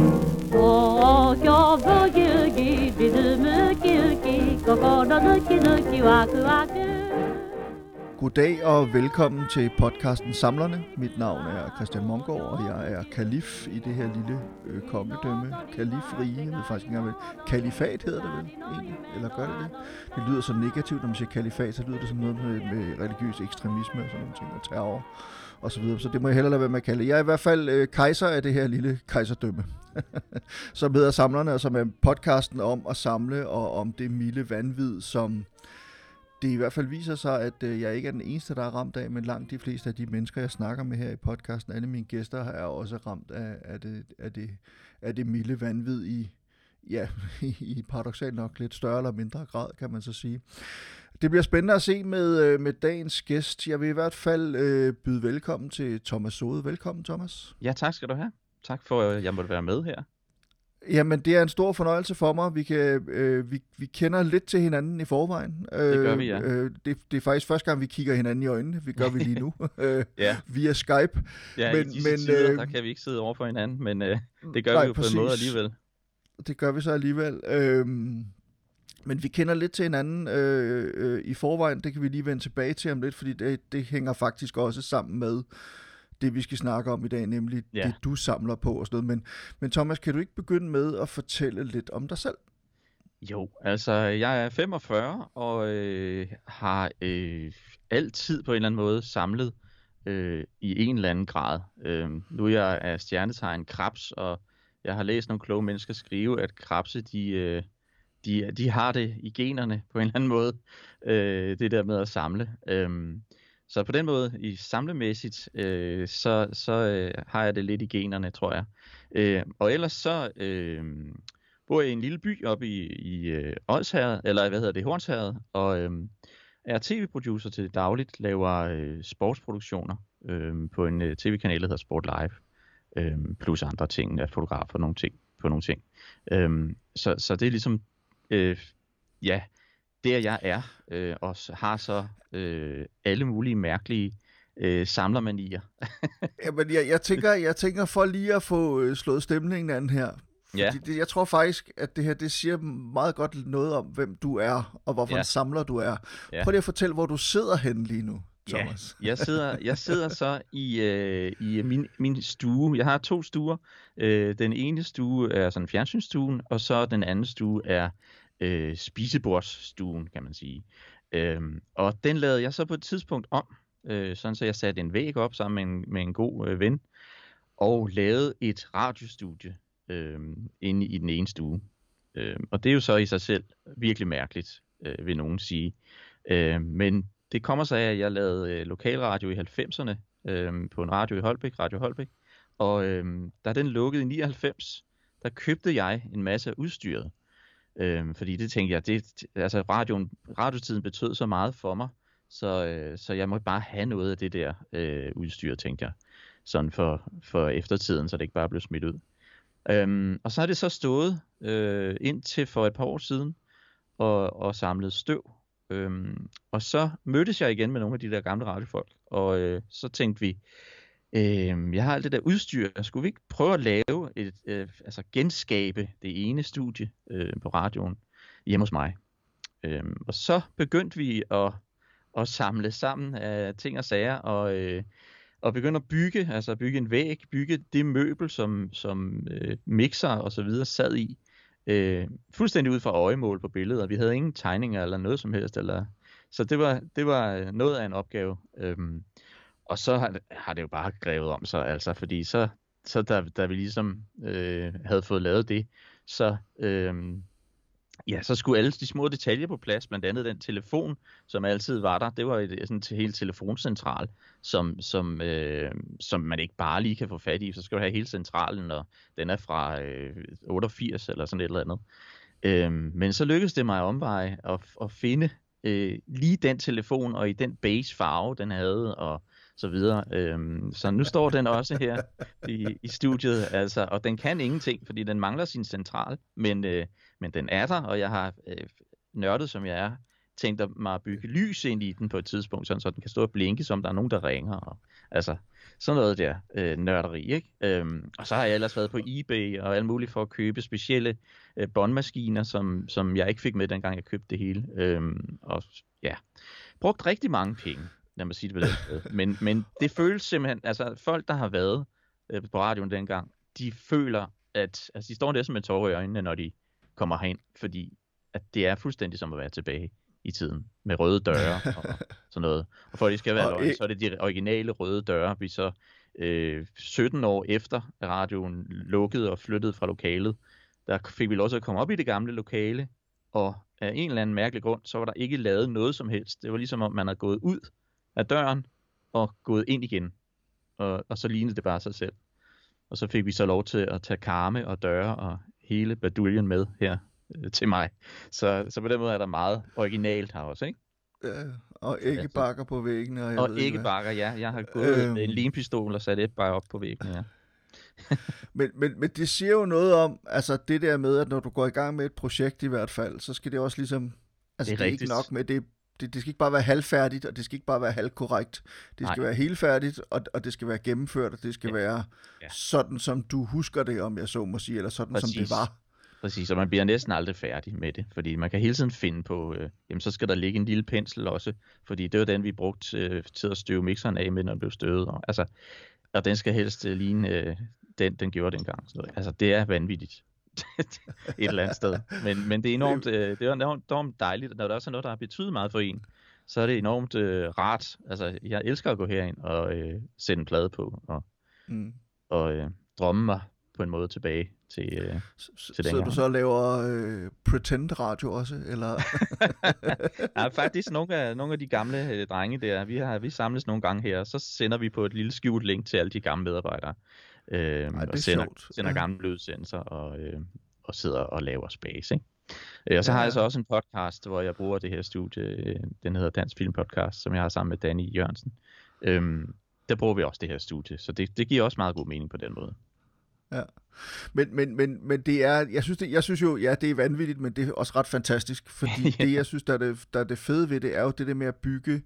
Goddag og velkommen til podcasten Samlerne. Mit navn er Christian Mongård, og jeg er kalif i det her lille kongedømme. Kalifrige, jeg ved faktisk ikke engang, kalifat hedder det vel egentlig, eller gør det det? Det lyder så negativt, når man siger kalifat, så lyder det som noget med religiøs ekstremisme og sådan nogle ting, og terror og så videre. Så det må jeg hellere lade være med at kalde. Jeg er i hvert fald kejser af det her lille kejserdømme, som hedder Samlerne, og som er podcasten om at samle og om det milde vanvid, som det i hvert fald viser sig, at jeg ikke er den eneste, der er ramt af, men langt de fleste af de mennesker, jeg snakker med her i podcasten, alle mine gæster, er også ramt af det milde vanvid i paradoksalt nok lidt større eller mindre grad, kan man så sige. Det bliver spændende at se med dagens gæst. Jeg vil i hvert fald byde velkommen til Thomas Sode. Velkommen, Thomas. Ja, tak skal du have. Tak for, at jeg måtte være med her. Jamen, det er en stor fornøjelse for mig. Vi kender lidt til hinanden i forvejen. Det gør vi, ja. Det er faktisk første gang, vi kigger hinanden i øjnene. Vi gør vi lige nu. Ja. Via Skype. Ja, i disse tider, der kan vi ikke sidde over for hinanden, men det gør vi jo præcis. På en måde alligevel. Det gør vi så alligevel. Men vi kender lidt til hinanden i forvejen. Det kan vi lige vende tilbage til om lidt, fordi det hænger faktisk også sammen med det, vi skal snakke om i dag, nemlig det, du samler på og sådan noget. Men Thomas, kan du ikke begynde med at fortælle lidt om dig selv? Jo, altså jeg er 45 og har altid på en eller anden måde samlet i en eller anden grad. Nu er jeg stjernetegn krebs, og jeg har læst nogle kloge mennesker skrive, at krebse, de har det i generne på en eller anden måde, det der med at samle. Så på den måde, i samlemæssigt, så har jeg det lidt i generne, tror jeg. Og ellers så bor jeg i en lille by oppe i Odsherred, eller Hornsherred, og er tv-producer til dagligt, laver sportsproduktioner på en tv-kanal, der hedder Sport Live, plus andre ting, jeg fotografer på nogle ting. Så det er ligesom, der jeg er, og har så alle mulige mærkelige samlermanier. Jamen, jeg tænker for lige at få slået stemningen an her. Fordi jeg tror faktisk, at det her, det siger meget godt noget om, hvem du er, og hvorfor en samler du er. Prøv lige at fortælle, hvor du sidder henne lige nu, Thomas. Ja, jeg sidder så i min stue. Jeg har 2 stuer. Den ene stue er sådan fjernsynsstuen, og så den anden stue er spisebordsstuen, kan man sige. Og den lavede jeg så på et tidspunkt om, sådan så jeg satte en væg op sammen med en god ven, og lavede et radiostudie inde i den ene stue. Og det er jo så i sig selv virkelig mærkeligt, vil nogen sige. Men det kommer så af, at jeg lavede lokalradio i 90'erne på en radio i Holbæk, Radio Holbæk. Og da den lukkede i 99, der købte jeg en masse af udstyret. Fordi det tænkte jeg, radiotiden betød så meget for mig, så jeg måtte bare have noget af det der udstyr, tænkte jeg. Sådan for eftertiden, så det ikke bare blev smidt ud. Og så har det så stået indtil for et par år siden og samlet støv. Og så mødtes jeg igen med nogle af de der gamle radiofolk, og så tænkte vi, jeg har alt det der udstyr, skulle vi ikke prøve at lave genskabe det ene studie på radioen hjemme hos mig. Og så begyndte vi at samle sammen af ting og sager, og begynde at bygge en væg, bygge det møbel, som mixer og så videre sad i. Fuldstændig ud fra øjemål på billeder. Vi havde ingen tegninger eller noget som helst. Så det var noget af en opgave. Og så har det jo bare grevet om sig, altså, fordi så da vi ligesom havde fået lavet det, så skulle alle de små detaljer på plads, blandt andet den telefon, som altid var der. Det var sådan en helt telefoncentral, som man ikke bare lige kan få fat i. Så skal du have hele centralen, og den er fra 88 eller sådan et eller andet. Men så lykkedes det mig at omveje at finde lige den telefon, og i den beige farve, den havde, og så videre. Så nu står den også her i studiet, altså, og den kan ingenting, fordi den mangler sin central, men den er der, og jeg har nørdet, som jeg er, tænkt mig at bygge lys ind i den på et tidspunkt, så den kan stå og blinke, som der er nogen, der ringer. Og, altså, sådan noget der nørderi, ikke? Og så har jeg ellers været på eBay og alt muligt for at købe specielle båndmaskiner, som jeg ikke fik med, dengang jeg købte det hele. Og ja, brugt rigtig mange penge, lad mig sige det på den måde. Men det føles simpelthen, altså folk, der har været på radioen dengang, de føler, at altså, de står næsten med tårer i øjnene, når de kommer hen, fordi at det er fuldstændig som at være tilbage i tiden, med røde døre og sådan noget. Og for at det skal være løgn, så er det de originale røde døre, vi så 17 år efter radioen lukkede og flyttede fra lokalet, der fik vi lov til at komme op i det gamle lokale, og af en eller anden mærkelig grund, så var der ikke lavet noget som helst. Det var ligesom om man havde gået ud af døren og gået ind igen, og så lignede det bare sig selv. Og så fik vi så lov til at tage karme og døre og hele baduljen med her til mig. Så på den måde er der meget originalt her også, ikke? Ja, og æggebakker på væggene. Og æggebakker, ja. Jeg har gået med en limpistol og sat æggebakker op på væggene, ja. men det siger jo noget om, altså det der med, at når du går i gang med et projekt i hvert fald, så skal det også ligesom, altså det er ikke nok med det skal ikke bare være halvfærdigt, og det skal ikke bare være halvkorrekt. Det skal være helt færdigt, og det skal være gennemført, og det skal være sådan, som du husker det, om jeg så må sige, eller sådan, som det var. Præcis, og man bliver næsten aldrig færdig med det, fordi man kan hele tiden finde på, jamen så skal der ligge en lille pensel også, fordi det var den, vi brugte til at støve mixeren af med, når den blev støvet. Og den skal helst ligne den gjorde dengang. Altså, det er vanvittigt et eller andet sted. Men det er enormt, det er enormt dejligt, når der også er noget, der har betydet meget for en, så er det enormt rart. Altså, jeg elsker at gå herind og sætte en plade på, og drømme mig på en måde tilbage til dengang. Så du så laver pretend-radio også, eller? Ja, faktisk nogle af de gamle drenge der, vi samles nogle gange her, og så sender vi på et lille skjult link til alle de gamle medarbejdere. Og sender gamle udsendelser og sidder og laver space, ikke? Og så har jeg så også en podcast, hvor jeg bruger det her studie, den hedder Dansk Film Podcast, som jeg har sammen med Danny Jørgensen. Der bruger vi også det her studie, så det giver også meget god mening på den måde. Ja, men det er, jeg synes jo, ja, det er vanvittigt, men det er også ret fantastisk, fordi det, jeg synes, der er det fede ved det, er jo det der med at bygge.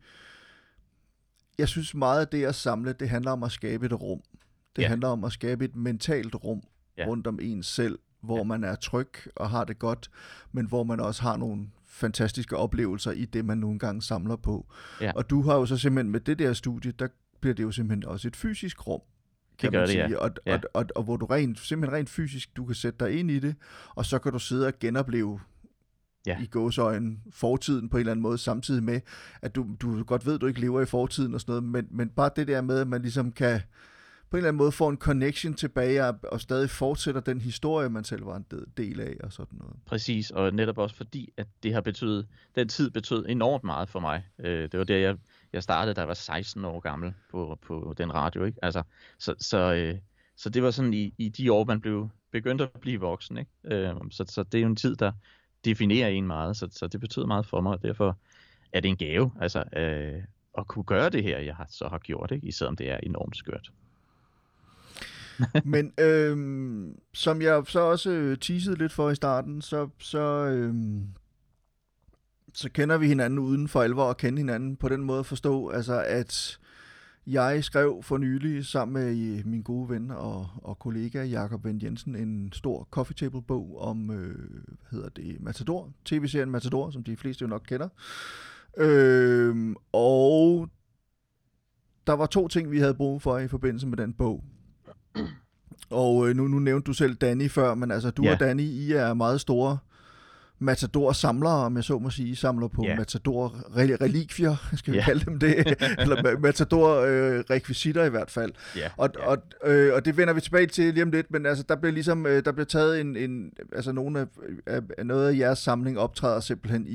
Jeg synes meget af det at samle, det handler om at skabe et rum. Det handler om at skabe et mentalt rum rundt om ens selv, hvor man er tryg og har det godt, men hvor man også har nogle fantastiske oplevelser i det, man nogle gange samler på. Ja. Og du har jo så simpelthen med det der studie, der bliver det jo simpelthen også et fysisk rum, kan man sige. Og hvor du simpelthen rent fysisk, du kan sætte dig ind i det, og så kan du sidde og genopleve i gåseøjne fortiden på en eller anden måde, samtidig med, at du godt ved, at du ikke lever i fortiden og sådan noget, men bare det der med, at man ligesom kan på en eller anden måde får en connection tilbage og stadig fortsætter den historie, man selv var en del af og sådan noget. Præcis, og netop også fordi, at det har betydet, den tid betød enormt meget for mig. Det var der, jeg startede, da jeg var 16 år gammel på den radio, ikke? Altså, så det var sådan i de år, man begyndte at blive voksen, ikke? Så det er jo en tid, der definerer en meget, så det betød meget for mig, og derfor er det en gave, altså at kunne gøre det her, jeg så har gjort, ikke? Især om det er enormt skørt. Men som jeg så også teasede lidt for i starten, så kender vi hinanden uden for alvor og kende hinanden på den måde at forstå, altså at jeg skrev for nylig sammen med min gode ven og kollega Jakob Wendt Jensen en stor coffee table bog om Matador, tv-serien Matador, som de fleste jo nok kender. Og der var 2 ting, vi havde brug for i forbindelse med den bog. Og nu nævnte du selv Danny før, men altså du og Danny, I er meget store Matador-samlere, om jeg så må sige, samler på Matador-relikvier, skal vi kalde dem det, eller Matador-rekvisitter i hvert fald. Og det vender vi tilbage til lige om lidt, men altså der bliver taget altså nogle af noget af jeres samling optræder simpelthen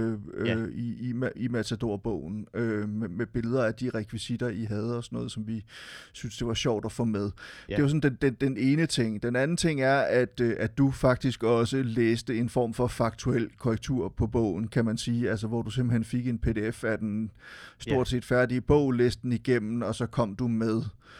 i Matador-bogen, med billeder af de rekvisitter, I havde og sådan noget, som vi synes, det var sjovt at få med. Det er jo sådan den ene ting. Den anden ting er, at du faktisk også læste en form for faktuel korrektur på bogen, kan man sige, altså hvor du simpelthen fik en pdf af den stort set færdige bog, læste den igennem, og så kom du med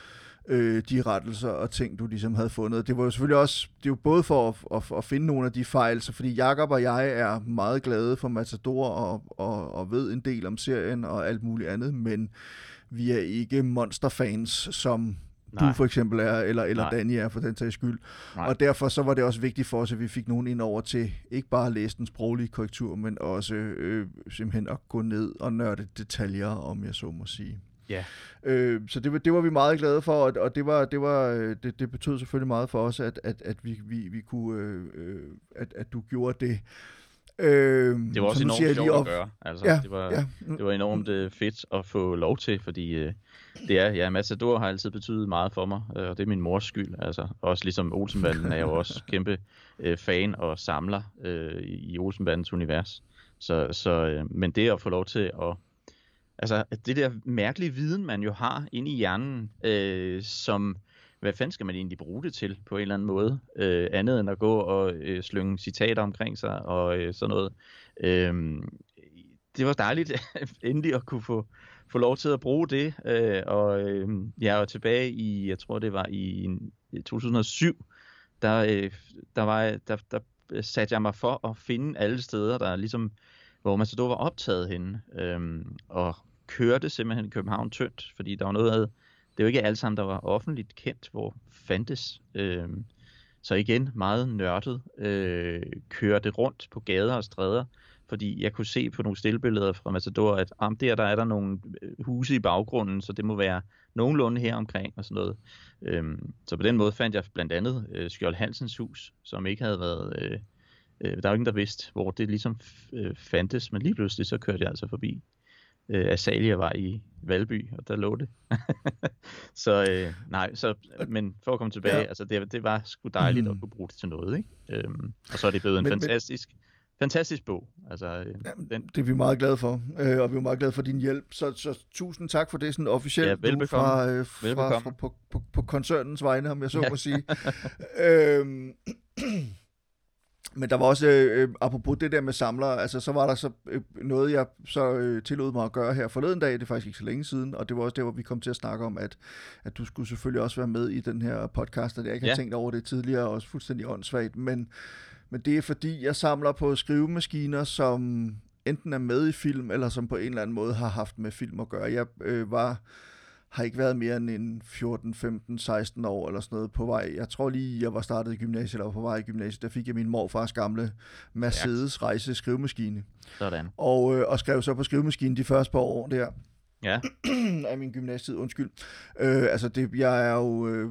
de rettelser og ting, du ligesom havde fundet. Det var jo selvfølgelig også, det er jo både for at finde nogle af de fejl, så fordi Jakob og jeg er meget glade for Matador og ved en del om serien og alt muligt andet, men vi er ikke monsterfans, som du for eksempel er, eller Danny er for den sags skyld. Nej. Og derfor så var det også vigtigt for os, at vi fik nogen ind over til ikke bare at læse den sproglige korrektur, men også simpelthen at gå ned og nørde detaljer, om jeg så må sige. Ja. Så det var vi meget glade for, og det betød selvfølgelig meget for os, at vi kunne, at du gjorde det. Det var også enormt sjovt at gøre. Altså, det var enormt fedt at få lov til, fordi Matador har altid betydet meget for mig, og det er min mors skyld. Altså, også ligesom Olsenbanden er jeg jo også kæmpe fan og samler i Olsenbandens univers. Men det at få lov til at altså, det der mærkelige viden, man jo har inde i hjernen, som, hvad fanden skal man egentlig bruge det til på en eller anden måde, andet end at gå og slynge citater omkring sig og sådan noget. Det var dejligt endelig at kunne få lov til at bruge det, jeg var tilbage i, jeg tror det var i 2007, der satte jeg mig for at finde alle steder, der ligesom, hvor Matador var optaget henne, og kørte simpelthen i København tyndt, fordi der var noget af, det er jo ikke alle sammen, der var offentligt kendt, hvor fandtes. Så igen, meget nørdet, kørte rundt på gader og stræder, fordi jeg kunne se på nogle stillbilleder fra Matador, at der er der nogle huse i baggrunden, så det må være nogenlunde her omkring og sådan noget. Så på den måde fandt jeg blandt andet Skjold Hansens hus, som ikke havde været... der var ingen, der vidste, hvor det ligesom fandtes, men lige pludselig så kørte jeg altså forbi Asalia var i Valby, og der lå det. Men for at komme tilbage, altså det var sgu dejligt at kunne bruge det til noget, ikke? Og så er det blevet en fantastisk bog. Altså, det er vi meget glade for, og vi er meget glade for din hjælp. Så tusind tak for det, sådan officielt fra på koncernens vegne, om jeg så må sige. Men der var også, apropos det der med samlere, altså så var der så noget, jeg så tillod mig at gøre her forleden dag, det er faktisk ikke så længe siden, og det var også der, hvor vi kom til at snakke om, at du skulle selvfølgelig også være med i den her podcast, og jeg ikke har tænkt over det tidligere, også fuldstændig åndssvagt, men det er fordi, jeg samler på skrivemaskiner, som enten er med i film, eller som på en eller anden måde har haft med film at gøre. Jeg har ikke været mere end 14, 15, 16 år eller sådan noget på vej. Jeg tror lige, jeg var startet i gymnasiet, eller var på vej i gymnasiet, der fik jeg min morfars gamle Mercedes rejse skrivemaskine. Sådan. Og skrev så på skrivemaskinen de første par år der. Ja. Af min gymnasietid, undskyld. Jeg er jo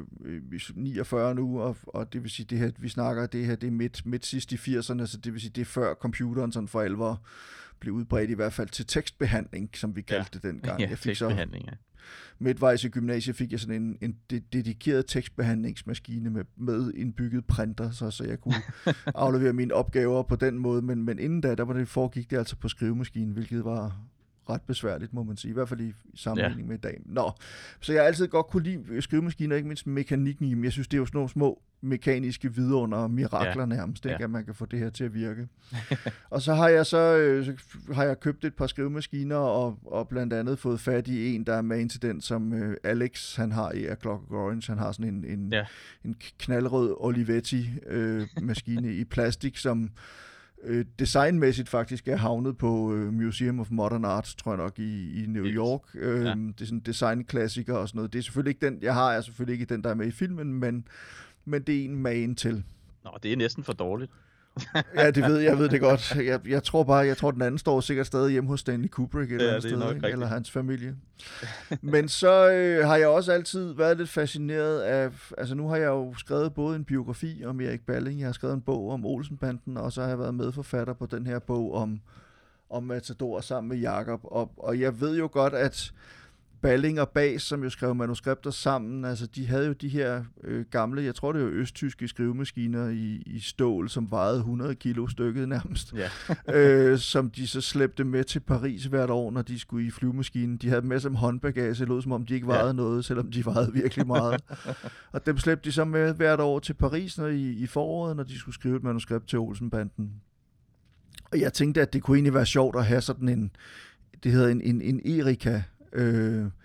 49 nu, og det vil sige, det her, vi snakker, det her, det er midt sidst i 80'erne, så det vil sige, det er før computeren sådan for alvor blev udbredt, i hvert fald til tekstbehandling, som vi kaldte det dengang. Ja, tekstbehandling, ja. Midtvejs i gymnasiet fik jeg sådan en dedikeret tekstbehandlingsmaskine med indbygget printer, så jeg kunne aflevere mine opgaver på den måde, men inden da foregik det altså på skrivemaskinen, hvilket var ret besværligt, må man sige, i hvert fald i sammenligning med i dag. Så jeg har altid godt kunne lide skrivemaskiner, ikke mindst mekanikken i dem. Jeg synes, det er jo sådan nogle små mekaniske vidunder, mirakler nærmest, ikke, at man kan få det her til at virke. Og så har jeg købt et par skrivemaskiner, og blandt andet fået fat i en, der er med til den, som Alex, han har i A Clockwork Orange. Han har sådan en knaldrød Olivetti-maskine i plastik, som designmæssigt faktisk er havnet på Museum of Modern Art, tror jeg nok, i New York. Det er sådan en designklassiker og sådan noget. Det er selvfølgelig ikke den, jeg har, er selvfølgelig ikke den, der er med i filmen, men det er en magen til. Nå, det er næsten for dårligt. Ja, jeg ved det godt. Jeg tror den anden står sikkert stadig hjemme hos Stanley Kubrick eller sted, eller hans familie. Men så har jeg også altid været lidt fascineret af, altså nu har jeg jo skrevet både en biografi om Erik Balling, jeg har skrevet en bog om Olsenbanden, og så har jeg været medforfatter på den her bog om Matador sammen med Jakob, og jeg ved jo godt, at Balling og Baes, som jo skrev manuskripter sammen, altså de havde jo de her gamle, jeg tror det er jo østtyske skrivemaskiner i stål, som vejede 100 kilo stykket nærmest, som de så slæbte med til Paris hvert år, når de skulle i flyvemaskinen. De havde dem med som håndbagage, det lød som om de ikke vejede noget, selvom de vejede virkelig meget. Og dem slæbte de så med hvert år til Paris i foråret, når de skulle skrive et manuskript til Olsenbanden. Og jeg tænkte, at det kunne egentlig være sjovt at have sådan det hedder en Erika,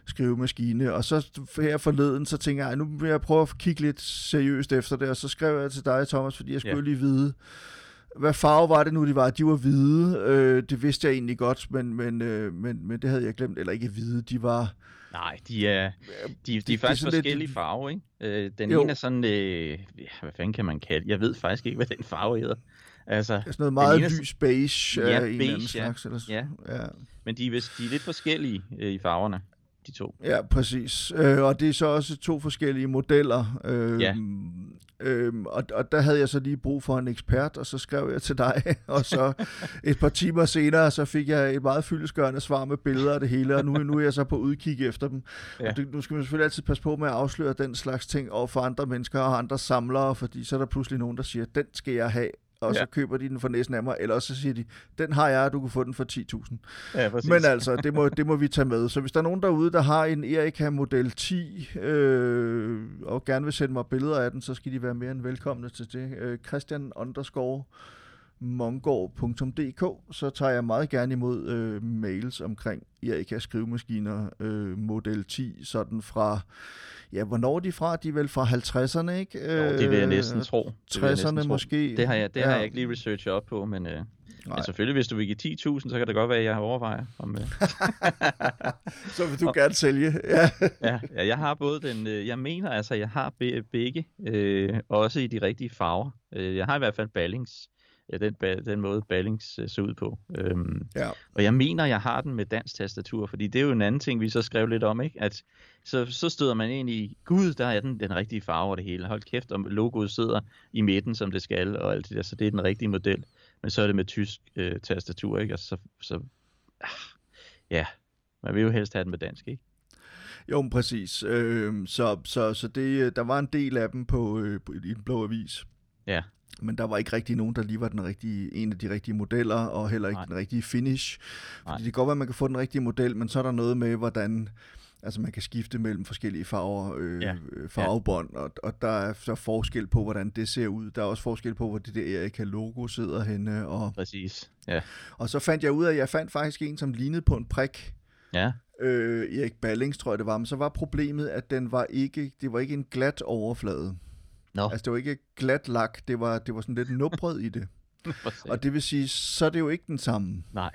skrivemaskine. Og så her forleden, så tænker jeg, nu vil jeg prøve at kigge lidt seriøst efter det, og så skrev jeg til dig, Thomas, fordi jeg skulle lige vide, hvad farve var det nu, de var? De var hvide. Det vidste jeg egentlig godt, men det havde jeg glemt. Eller ikke hvide, de var... Nej, de er faktisk forskellige lidt... farver, ikke? Den ene er sådan, hvad fanden kan man kalde? Jeg ved faktisk ikke, hvad den farve hedder. Altså, sådan noget meget lys beige ja, af en eller anden slags. Eller ja. Men de er lidt forskellige i farverne, de to. Ja, præcis. Og det er så også 2 forskellige modeller. Og der havde jeg så lige brug for en ekspert, og så skrev jeg til dig, og så et par timer senere, så fik jeg et meget fyldestgørende svar med billeder af det hele, og nu er jeg så på udkig efter dem. Ja. Og nu skal man selvfølgelig altid passe på med at afsløre den slags ting over for andre mennesker og andre samlere, fordi så er der pludselig nogen, der siger, den skal jeg have, og så køber de den for næsten af mig, eller også så siger de, den har jeg, og du kan få den for 10.000. Ja, præcis. Men altså, det må vi tage med. Så hvis der er nogen derude, der har en Erica Model 10, og gerne vil sende mig billeder af den, så skal de være mere end velkomne til det. Christian_Mongård.dk, så tager jeg meget gerne imod mails omkring Erica skrivemaskiner Model 10, sådan fra... Ja, hvornår er de fra? De er vel fra 50'erne, ikke? Jo, det vil jeg næsten tro. 60'erne måske. Det har jeg ikke lige researchet op på, men selvfølgelig, hvis du vil give 10.000, så kan det godt være, at jeg overvejer. Så vil du gerne sælge. Ja, jeg har både den... Jeg mener altså, jeg har begge, også i de rigtige farver. Jeg har i hvert fald Ballings. Ja, den måde Ballings ser ud på. Og jeg mener, jeg har den med dansk tastatur, fordi det er jo en anden ting, vi så skrev lidt om, ikke? At så støder man ind i, gud, der er den rigtige farve og det hele. Hold kæft, om logoet sidder i midten, som det skal, og alt det der, så det er den rigtige model. Men så er det med tysk tastatur, ikke? Og man vil jo helst have den med dansk, ikke? Jo, præcis. Så det, der var en del af dem i den blå avis. Ja. Men der var ikke rigtig nogen, der lige var en af de rigtige modeller, og heller ikke den rigtige finish. Fordi det kan godt være, at man kan få den rigtige model, men så er der noget med, hvordan man kan skifte mellem forskellige farvebånd, og der er så forskel på, hvordan det ser ud. Der er også forskel på, hvor det der Erica-logo sidder henne. Præcis, ja. Og så fandt jeg ud af, at jeg fandt faktisk en, som lignede på en prik. Ja. Erik Ballings, tror jeg det var. Men så var problemet, at det var ikke en glat overflade. No. Altså det var ikke glat lak, det var sådan lidt nubret i det. Og det vil sige, så er det jo ikke den samme. Nej.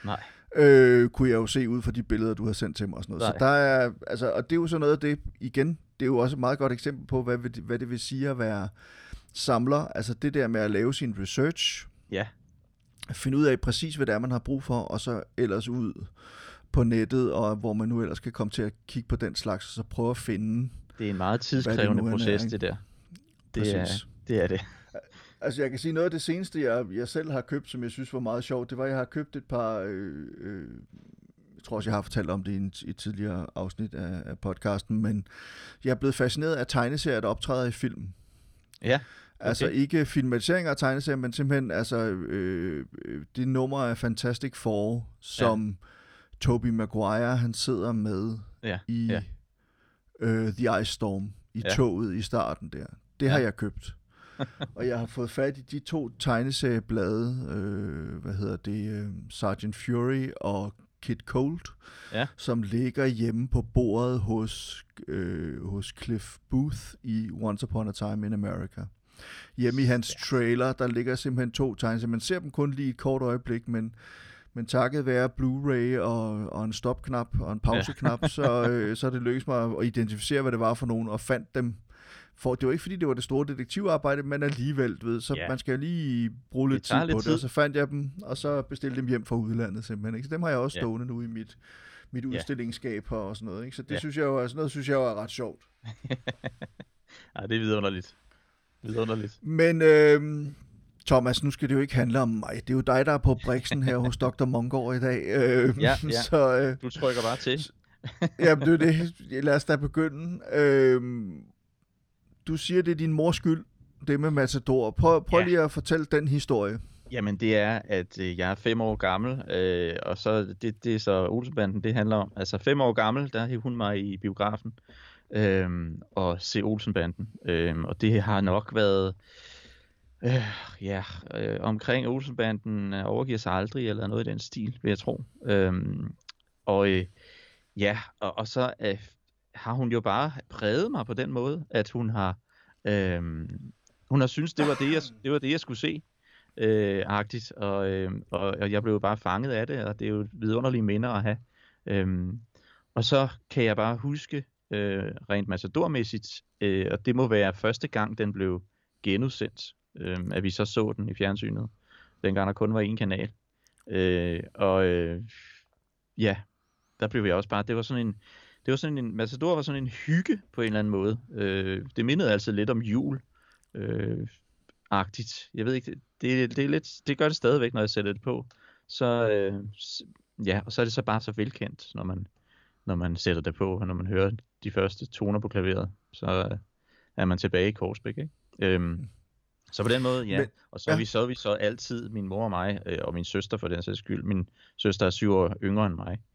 Kunne jeg jo se ud fra de billeder, du har sendt til mig og sådan noget. Så der er, og det er jo sådan noget af det, igen, det er jo også et meget godt eksempel på, hvad det vil sige at være samler. Altså det der med at lave sin research. Ja. Finde ud af præcis, hvad det er, man har brug for, og så ellers ud på nettet, og hvor man nu ellers kan komme til at kigge på den slags, og så prøve at finde. Det er en meget tidskrævende proces, det der. Det er det. Altså jeg kan sige, noget af det seneste, jeg selv har købt, som jeg synes var meget sjovt, det var, at jeg har købt et par, jeg tror også, jeg har fortalt om det i et tidligere afsnit af podcasten, men jeg er blevet fascineret af tegneserier, der optræder i film. Ja. Okay. Altså ikke filmatiseringer af tegneserier, men simpelthen det nummer af Fantastic Four, som Tobey Maguire, han sidder med i The Ice Storm, i toget i starten der. Det har jeg købt. Og jeg har fået fat i de 2 tegneserieblade, Sergeant Fury og Kid Colt, som ligger hjemme på bordet hos Cliff Booth i Once Upon a Time in America. Hjemme i hans trailer, der ligger simpelthen 2 tegneserier. Man ser dem kun lige et kort øjeblik, men takket være Blu-ray og en stopknap og en pauseknap, så det lykkedes mig at identificere, hvad det var for nogen, og fandt dem. For det var ikke fordi, det var det store detektivarbejde, men alligevel, så man skal lige bruge lidt tid på det, og så fandt jeg dem, og så bestilte dem hjem fra udlandet simpelthen. Ikke? Så dem har jeg også stående nu i mit udstillingsskab her og sådan noget. Ikke? Så det synes jeg jo er ret sjovt. Ja, det er vidunderligt. Men Thomas, nu skal det jo ikke handle om mig. Det er jo dig, der er på briksen her hos Dr. Mongård i dag. Så, du trykker bare til. Jamen, det er det. Lad os da begynde. Du siger, det er din mors skyld, det med Matador. Prøv lige at fortælle den historie. Jamen, det er, at jeg er 5 år gammel, og så det er så Olsenbanden, det handler om. Altså 5 år gammel, der hævde hun mig i biografen og se Olsenbanden. Og det har nok været omkring Olsenbanden overgiver sig aldrig, eller noget i den stil, vil jeg tro. Ja, og så har hun jo bare præget mig på den måde, at hun har syntes, det var det, jeg skulle se, agtigt, og jeg blev bare fanget af det, og det er jo vidunderlige minder at have. Og så kan jeg bare huske, rent matadormæssigt, og det må være første gang, den blev genudsendt, at vi så den i fjernsynet, dengang der kun var én kanal. Ja, der blev jeg også bare, Matador var sådan en hygge på en eller anden måde. Det mindede altså lidt om jul, agtigt. Jeg ved ikke, det er lidt, det gør det stadigvæk, når jeg sætter det på. Så, ja, og så er det så bare så velkendt, når man sætter det på, og når man hører de første toner på klaveret, så er man tilbage i Korsbæk, ikke? Så på den måde, ja. Og så er vi så altid, min mor og mig, og min søster for den sags skyld. Min søster er 7 år yngre end mig.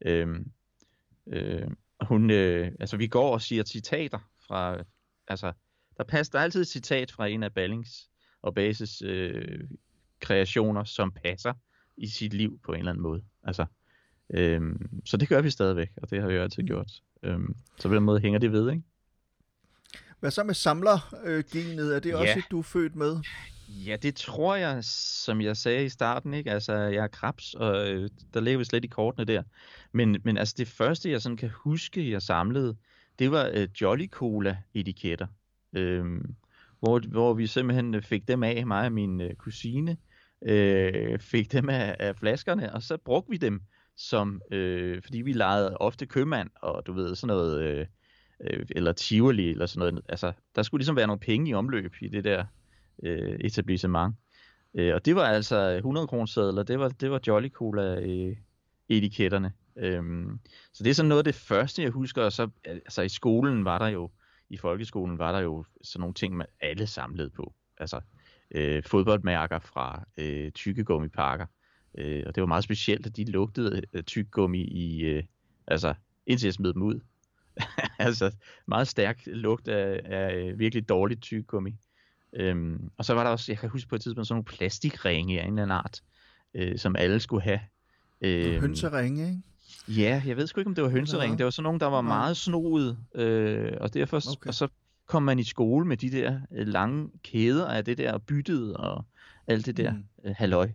Altså vi går og siger citater fra, altså der er altid et citat fra en af Ballings og Bases kreationer, som passer i sit liv på en eller anden måde. Altså, så det gør vi stadigvæk, og det har vi jo altid gjort. Så på den måde hænger det ved, ikke? Hvad så med samlergenet? Er det også et, du er født med? Ja, det tror jeg, som jeg sagde i starten, ikke? Altså, jeg er krebs, og der ligger vi slet i kortene der. Men altså, det første, jeg sådan kan huske, jeg samlede, det var Jolly Cola-etiketter. Hvor vi simpelthen fik dem af, mig og min kusine, fik dem af flaskerne, og så brugte vi dem som, fordi vi legede ofte købmand, og du ved, sådan noget, eller Tivoli, eller sådan noget. Altså, der skulle ligesom være nogle penge i omløb i det der etablissement. Og det var altså 100 kronesedler, det var Jolly Cola etiketterne. Så det er sådan noget af det første, jeg husker. Og så altså i folkeskolen var der jo sådan nogle ting, man alle samlede på. Altså fodboldmærker fra tyggegummipakker. Og det var meget specielt, at de lugtede tyggegummi altså indtil jeg smed dem ud. Altså meget stærk lugt af virkelig dårligt tyggegummi. Og så var der også, jeg kan huske på et tidspunkt, sådan nogle plastikringe af en eller anden art, som alle skulle have. Hønseringe, ikke? Ja, jeg ved sgu ikke, om det var hønseringe. Det var sådan nogle, der var meget snoede, og derfor og så kom man i skole med de der lange kæder af det der, og byttede og alt det der halløj.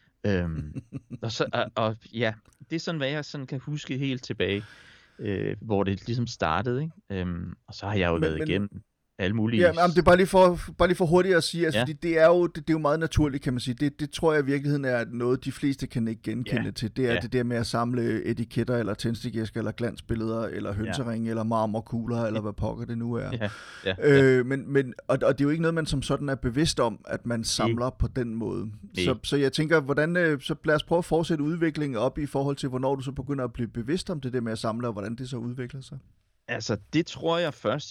Og ja, det er sådan, hvad jeg sådan kan huske helt tilbage, hvor det ligesom startede, ikke? Og så har jeg jo været igennem alle mulige... Ja, men det er bare lige for hurtigt at sige, altså, fordi det er jo meget naturligt, kan man sige. Det tror jeg i virkeligheden er noget, de fleste kan ikke genkende til. Det er det der med at samle etiketter, eller tændstikæsker, eller glansbilleder, eller hønseringe, eller marmorkugler, eller hvad pokker det nu er. Men det er jo ikke noget, man som sådan er bevidst om, at man samler på den måde. Så jeg tænker, så lad os prøve at fortsætte udviklingen op i forhold til, hvornår du så begynder at blive bevidst om det der med at samle, og hvordan det så udvikler sig. Altså, det tror jeg først,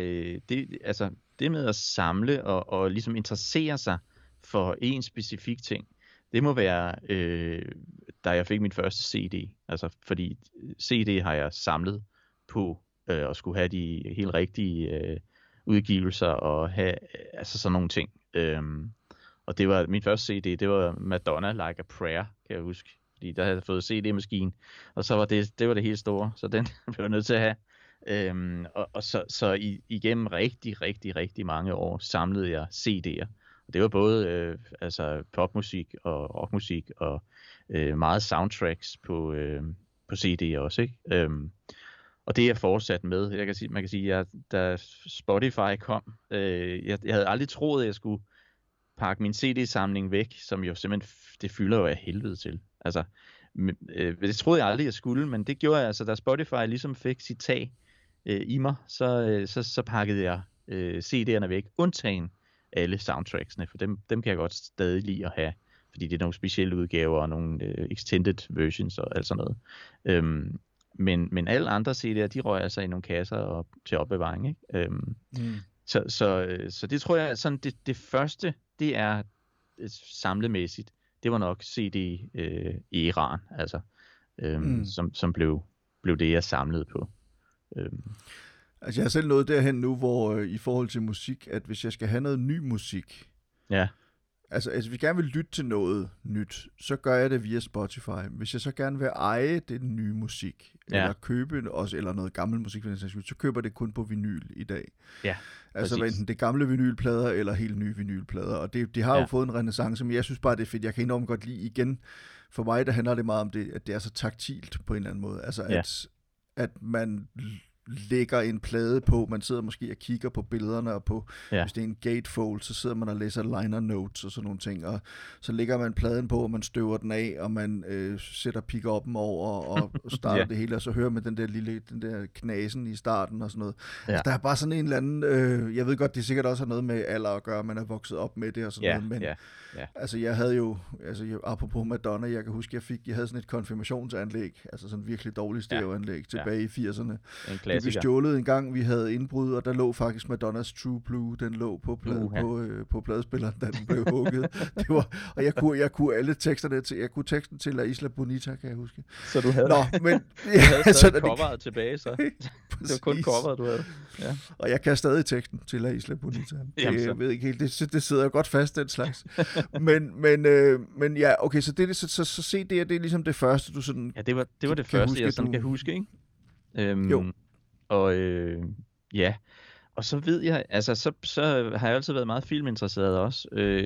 det med at samle og ligesom interessere sig for en specifik ting, det må være, da jeg fik min første CD. Altså, fordi CD har jeg samlet på, og skulle have de helt rigtige udgivelser, og have altså sådan nogle ting. Og det var min første CD, det var Madonna Like a Prayer, kan jeg huske. Fordi der havde jeg fået CD-maskinen, og så var det var det helt store, så den blev jeg nødt til at have. Og så igennem rigtig mange år samlede jeg CD'er. Og det var både popmusik og rockmusik og meget soundtracks på CD'er også, ikke? Og det er jeg fortsat med. Man kan sige, da Spotify kom, jeg havde aldrig troet, at jeg skulle pakke min CD-samling væk, som jo simpelthen, det fylder jo af helvede til. Altså, det troede jeg aldrig, jeg skulle, men det gjorde jeg altså, da Spotify ligesom fik sit tag i mig, så pakkede jeg CD'erne væk, undtagen alle soundtracksene, for dem kan jeg godt stadig lide at have, fordi det er nogle specielle udgaver og nogle extended versions og alt sådan noget. Men alle andre CD'er, de røg altså i nogle kasser og til opbevaring, ikke? Så det tror jeg, sådan det første, det er samlemæssigt, det var nok CD-eraen, altså, som blev det, jeg samlede på. Altså jeg har selv nået derhen nu, hvor i forhold til musik, at hvis jeg skal have noget ny musik, altså hvis vi gerne vil lytte til noget nyt, så gør jeg det via Spotify. Hvis jeg så gerne vil eje den nye musik, eller købe også, eller noget gammel musik, så køber jeg det kun på vinyl i dag. Ja, altså enten det gamle vinylplader, eller helt nye vinylplader. Og de har jo fået en renæssance, men jeg synes bare, det er fedt. Jeg kan enormt godt lide igen. For mig, der handler det meget om det, at det er så taktilt på en eller anden måde. Altså at man lægger en plade på, man sidder måske og kigger på billederne, og på, hvis det er en gatefold, så sidder man og læser liner notes og sådan nogle ting, og så lægger man pladen på, og man støver den af, og man sætter pick-up'en over, og starter det hele, og så hører man den der knasen i starten og sådan noget. Altså, der er bare sådan en eller anden, jeg ved godt, det sikkert også har noget med alder at gøre, man er vokset op med det og sådan noget, men altså jeg havde jo, apropos Madonna, jeg kan huske, jeg havde sådan et konfirmationsanlæg, altså sådan virkelig dårligt stereoanlæg tilbage i 80'erne. Det blev stjålet en gang, vi havde indbrud, og der lå faktisk Madonnas True Blue, den lå på pladespilleren, da den blev hugget. Og jeg kunne alle teksterne til, jeg kunne teksten til La Isla Bonita, kan jeg huske. Så du havde, men, du havde stadig coveret tilbage, så det var kun coveret, du havde. Ja. Og jeg kan stadig teksten til La Isla Bonita. Jeg ved ikke helt, det sidder jo godt fast, den slags. men ja, okay, så det så se det er ligesom det første, du sådan... Ja, det var det første, jeg sådan kan huske, ikke? Jo. Og og så ved jeg, altså så har jeg altid været meget filminteresseret også,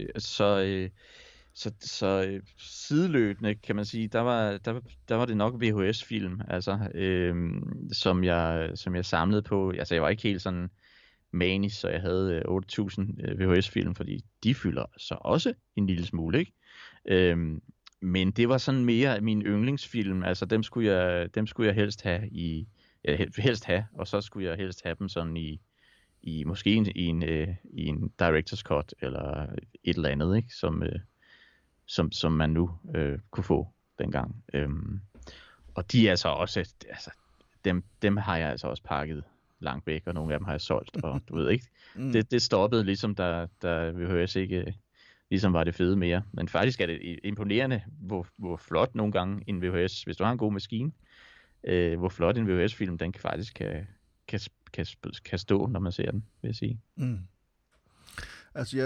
så sideløbende kan man sige, der var det nok VHS-film, altså som jeg samlede på. Altså jeg var ikke helt sådan manisk, så jeg havde 8000 VHS-film, fordi de fylder så også en lille smule, ikke? Men det var sådan mere min yndlingsfilm, altså dem skulle jeg helst have og så skulle jeg helst have dem sådan i måske i en director's cut eller et eller andet, ikke, som man nu kunne få dengang. Og de er så også, altså dem har jeg altså også pakket langt væk, og nogle af dem har jeg solgt, og du ved ikke, det stoppede ligesom da VHS ikke ligesom var det fede mere. Men faktisk er det imponerende, hvor flot nogle gange en VHS, hvis du har en god maskine, hvor flot en VHS-film, den faktisk kan stå, når man ser den, vil jeg sige. Altså,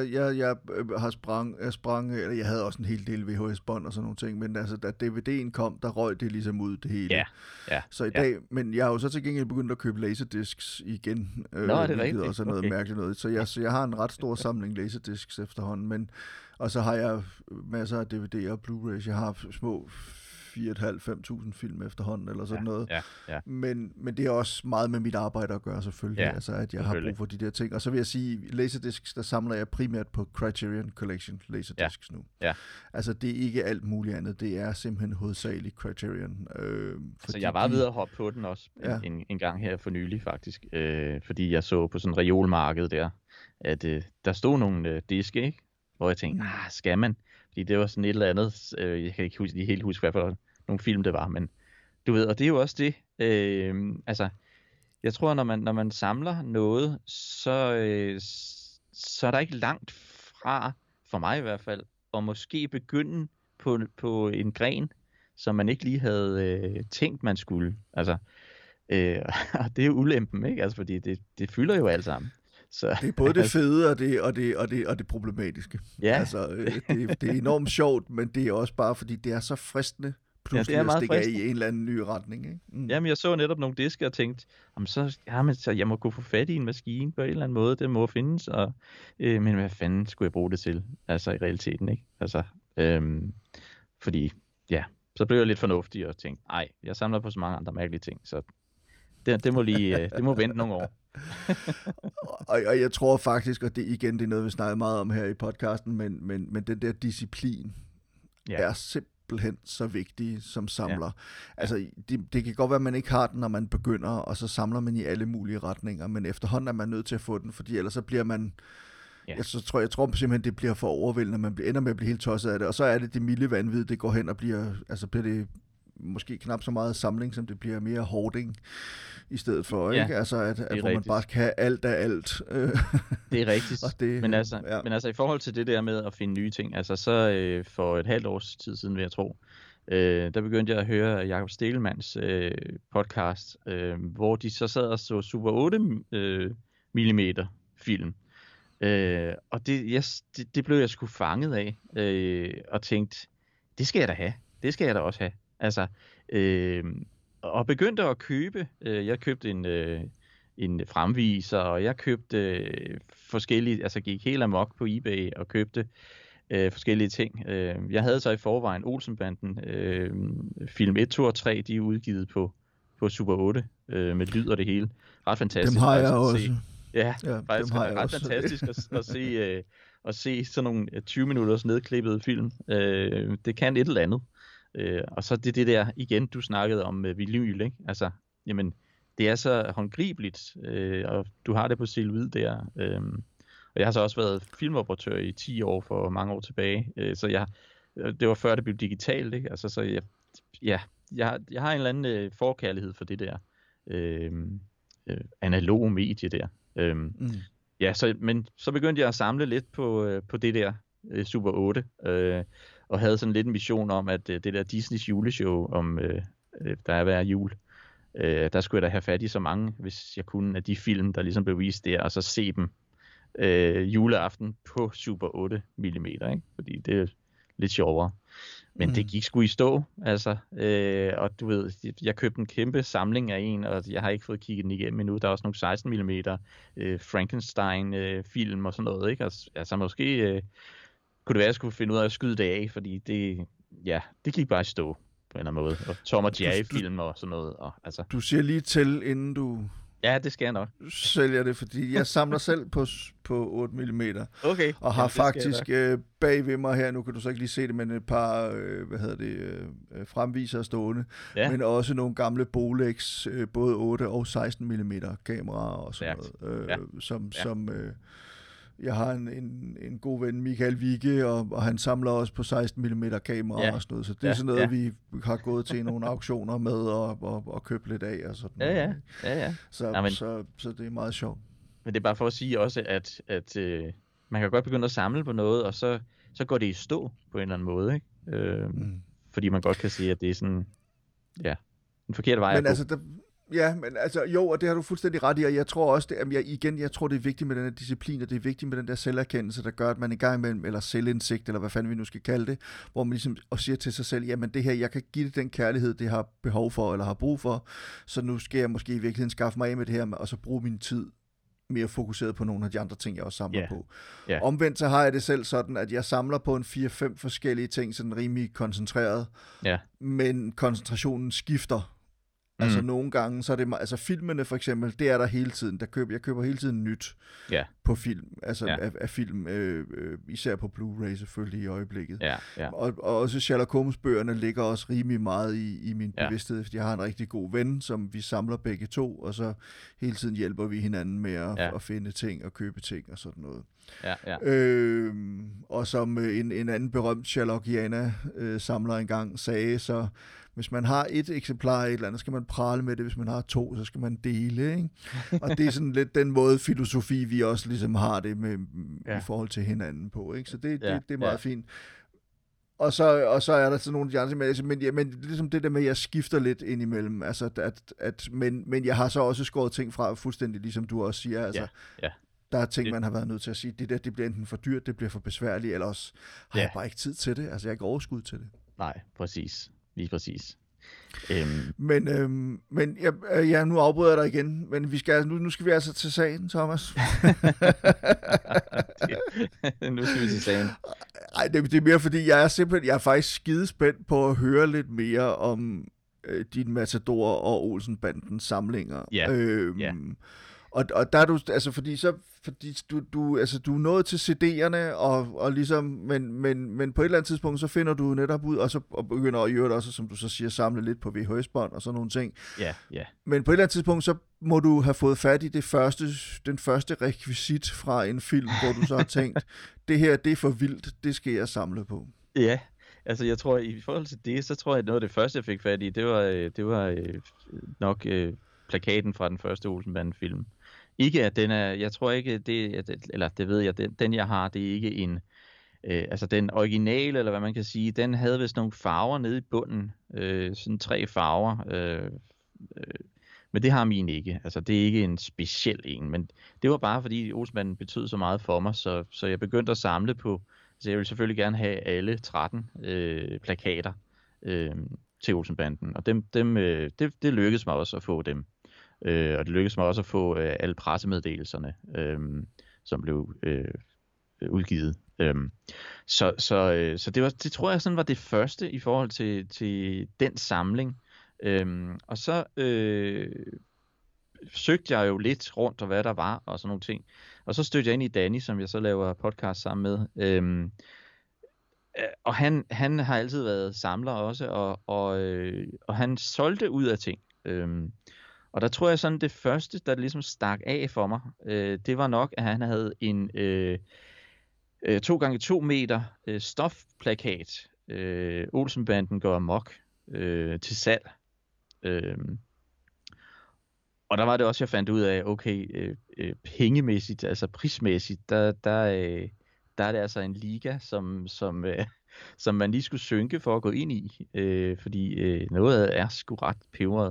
jeg havde også en hel del VHS-bånd og sådan nogle ting, men altså, da DVD'en kom, der røg det ligesom ud det hele. Ja. Så i dag, men jeg har jo så til gengæld begyndt at købe laserdiscs igen. Nå, er det rigtigt? Og sådan noget mærkeligt noget. Så jeg har en ret stor samling laserdiscs efterhånden, og så har jeg masser af DVD'er og Blu-rays. Jeg har små 4.500-5.000 film efterhånden, eller sådan noget. Ja. Men det er også meget med mit arbejde at gøre, selvfølgelig. Altså, at jeg har brug for de der ting. Og så vil jeg sige, Laserdiscs, der samler jeg primært på Criterion Collection Laserdiscs nu. Ja. Altså, det er ikke alt muligt andet. Det er simpelthen hovedsageligt Criterion. Altså, jeg var ved at hoppe på den også en gang her for nylig, faktisk. Fordi jeg så på sådan en reolmarked der, at der stod nogle diske, ikke? Hvor jeg tænkte, skal man? Fordi det var sådan et eller andet, jeg kan ikke helt huske, hvad for nogle film det var, men du ved, og det er jo også det, altså, jeg tror, når man samler noget, så er der ikke langt fra, for mig i hvert fald, at måske begynde på en gren, som man ikke lige havde tænkt, man skulle. Altså, og det er jo ulempen, ikke? Altså, fordi det fylder jo alt sammen. Så, det er både det fede og det problematiske. Ja. Altså, det er enormt sjovt, men det er også bare, fordi det er så fristende pludselig at stikke af i en eller anden ny retning. Ikke? Jamen, jeg så netop nogle diske og tænkte, så jeg må kunne få fat i en maskine på en eller anden måde, det må findes, og, men hvad fanden skulle jeg bruge det til? Altså i realiteten, ikke? Altså, fordi, så blev jeg lidt fornuftig og tænkte, jeg samler på så mange andre mærkelige ting, så det må vente nogle år. og jeg tror faktisk, og det er noget, vi snakker meget om her i podcasten, men den der disciplin er simpelthen så vigtig som samler. Ja. Altså, det kan godt være, at man ikke har den, når man begynder, og så samler man i alle mulige retninger, men efterhånden er man nødt til at få den, fordi ellers så bliver man... Ja. Jeg tror simpelthen, det bliver for overvældende, man ender med at blive helt tosset af det, og så er det milde vanvid, det går hen og bliver det måske knap så meget samling, som det bliver mere hoarding i stedet for, ikke? Altså, at hvor man bare kan have alt af alt. Det er rigtigt. Men altså i forhold til det der med at finde nye ting, altså så for et halvt års tid siden, vil jeg tro, der begyndte jeg at høre Jakob Stegelmanns podcast, hvor de så sad og så Super 8 mm film. Og det blev jeg sgu fanget af, og tænkte, det skal jeg da have. Det skal jeg da også have. Altså, og begyndte at købe. Jeg købte en fremviser, og jeg købte forskellige, altså gik helt amok på eBay og købte forskellige ting. Jeg havde så i forvejen Olsenbanden, film 1, 2 og 3, de er udgivet på Super 8, med lyd og det hele. Ret fantastisk. Dem har jeg også. Ja, faktisk ret fantastisk at se sådan nogle 20 minutters nedklippede film. Det kan et eller andet. Og så det der, igen, du snakkede om vinyl, ikke? Altså, jamen, det er så håndgribeligt, og du har det på silhvid der. Og jeg har så også været filmoperatør i 10 år for mange år tilbage, så det var før det blev digitalt, ikke? Altså, så jeg har en eller anden forkærlighed for det der analoge medie der. Ja, men så begyndte jeg at samle lidt på det der Super 8, og havde sådan lidt en mission om, at det der Disneys juleshow om der er hver jul, der skulle jeg da have fat i så mange, hvis jeg kunne, af de film, der ligesom blev vist der, og så se dem juleaften på Super 8 mm, ikke? Fordi det er lidt sjovere. Men det gik sgu i stå, altså. Og du ved, jeg købte en kæmpe samling af en, og jeg har ikke fået kigget den igennem endnu. Der er også nogle 16 mm Frankenstein-film og sådan noget, ikke? Altså måske kunne det være, at jeg skulle finde ud af at skyde det af, fordi det gik bare i stå på en eller anden måde. Og Tom og Jerry-film og sådan noget. Og, altså. Du siger lige til, inden du... Ja, det skal jeg nok. Sælger det, fordi jeg samler selv på 8 mm. Okay. Og har faktisk bag ved mig her, nu kan du så ikke lige se det, men et par fremviser stående, men også nogle gamle Bolex, både 8 og 16 mm kameraer og sådan noget, som jeg har en god ven, Michael Vigge, og han samler også på 16 mm kameraer og sådan noget, så det er sådan noget, vi har gået til nogle auktioner med og købt lidt af og sådan noget. Ja. Så det er meget sjovt. Men det er bare for at sige også, at man kan godt begynde at samle på noget, og så går det i stå på en eller anden måde, ikke? Fordi man godt kan sige, at det er sådan, en forkert vej at gå. Ja, men altså jo, og det har du fuldstændig ret i, og jeg tror også, jeg tror det er vigtigt med den her disciplin, og det er vigtigt med den der selverkendelse, der gør, at man i gang imellem, eller selvindsigt, eller hvad fanden vi nu skal kalde det, hvor man ligesom og siger til sig selv, jamen det her, jeg kan give det den kærlighed, det har behov for, eller har brug for, så nu skal jeg måske i virkeligheden skaffe mig af med det her, og så bruge min tid mere fokuseret på nogle af de andre ting, jeg også samler på. Omvendt så har jeg det selv sådan, at jeg samler på en 4-5 forskellige ting, sådan rimelig koncentreret, men koncentrationen skifter. Altså nogle gange, så er det, altså filmene for eksempel, det er der hele tiden. Jeg køber hele tiden nyt på film, altså af film, især på Blu-ray selvfølgelig i øjeblikket. Og også Sherlock Holmes-bøgerne ligger også rimelig meget i min bevidsthed, fordi jeg har en rigtig god ven, som vi samler begge to, og så hele tiden hjælper vi hinanden med at finde ting og købe ting og sådan noget. Og som en anden berømt Sherlockiana samler engang sagde, så hvis man har et eksemplar af et eller andet, skal man prale med det. Hvis man har 2, så skal man dele, ikke? Og det er sådan lidt den måde filosofi, vi også ligesom har det med i forhold til hinanden på, ikke? Så det er meget fint. Og så er der sådan nogle af de andre, men ligesom det der med, at jeg skifter lidt indimellem, altså men jeg har så også skåret ting fra, fuldstændig ligesom du også siger, altså. Der er ting, man har været nødt til at sige, det bliver enten for dyrt, det bliver for besværligt, eller også har jeg bare ikke tid til det. Altså, jeg har ikke overskud til det. Nej, præcis. Lige præcis. Men nu afbryder jeg dig igen, men nu skal vi altså til sagen, Thomas. Nu skal vi til sagen. Nej, det er mere fordi, jeg er faktisk skidespændt på at høre lidt mere om din Matador og Olsenbandens samlinger. Og der er du, altså fordi du er nået til CD'erne, og ligesom, men på et eller andet tidspunkt, så finder du netop ud, og begynder at gøre det også, som du så siger, samle lidt på VHS-bånd og sådan nogle ting. Men på et eller andet tidspunkt, så må du have fået fat i den første rekvisit fra en film, hvor du så har tænkt, det her, det er for vildt, det skal jeg samle på. Ja, altså jeg tror, i forhold til det, så tror jeg, at noget af det første, jeg fik fat i, det var nok plakaten fra den første Olsenbanden-film. Ikke at den er, jeg tror ikke, eller det ved jeg, den jeg har, det er ikke en, altså den originale, eller hvad man kan sige, den havde vist nogle farver nede i bunden, sådan 3 farver, Men det har min ikke. Altså, det er ikke en speciel en, men det var bare fordi Olsenbanden betød så meget for mig, så jeg begyndte at samle på. Så jeg ville selvfølgelig gerne have alle 13 plakater til Olsenbanden, og det lykkedes mig også at få dem. Og det lykkedes mig også at få alle pressemeddelelserne, som blev udgivet. Så det tror jeg sådan var det første i forhold til den samling. Og så søgte jeg jo lidt rundt, og hvad der var, og sådan nogle ting. Og så stødte jeg ind i Danny, som jeg så laver podcast sammen med. Og han har altid været samler også, og han solgte ud af ting. Og der tror jeg sådan, det første, der ligesom stak af for mig, det var nok, at han havde en 2x2 meter stofplakat, Olsenbanden går amok, til salg. Og der var det også, jeg fandt ud af, okay, pengemæssigt, altså prismæssigt, der er det altså en liga, som man lige skulle synke for at gå ind i, fordi noget er sgu ret peberet.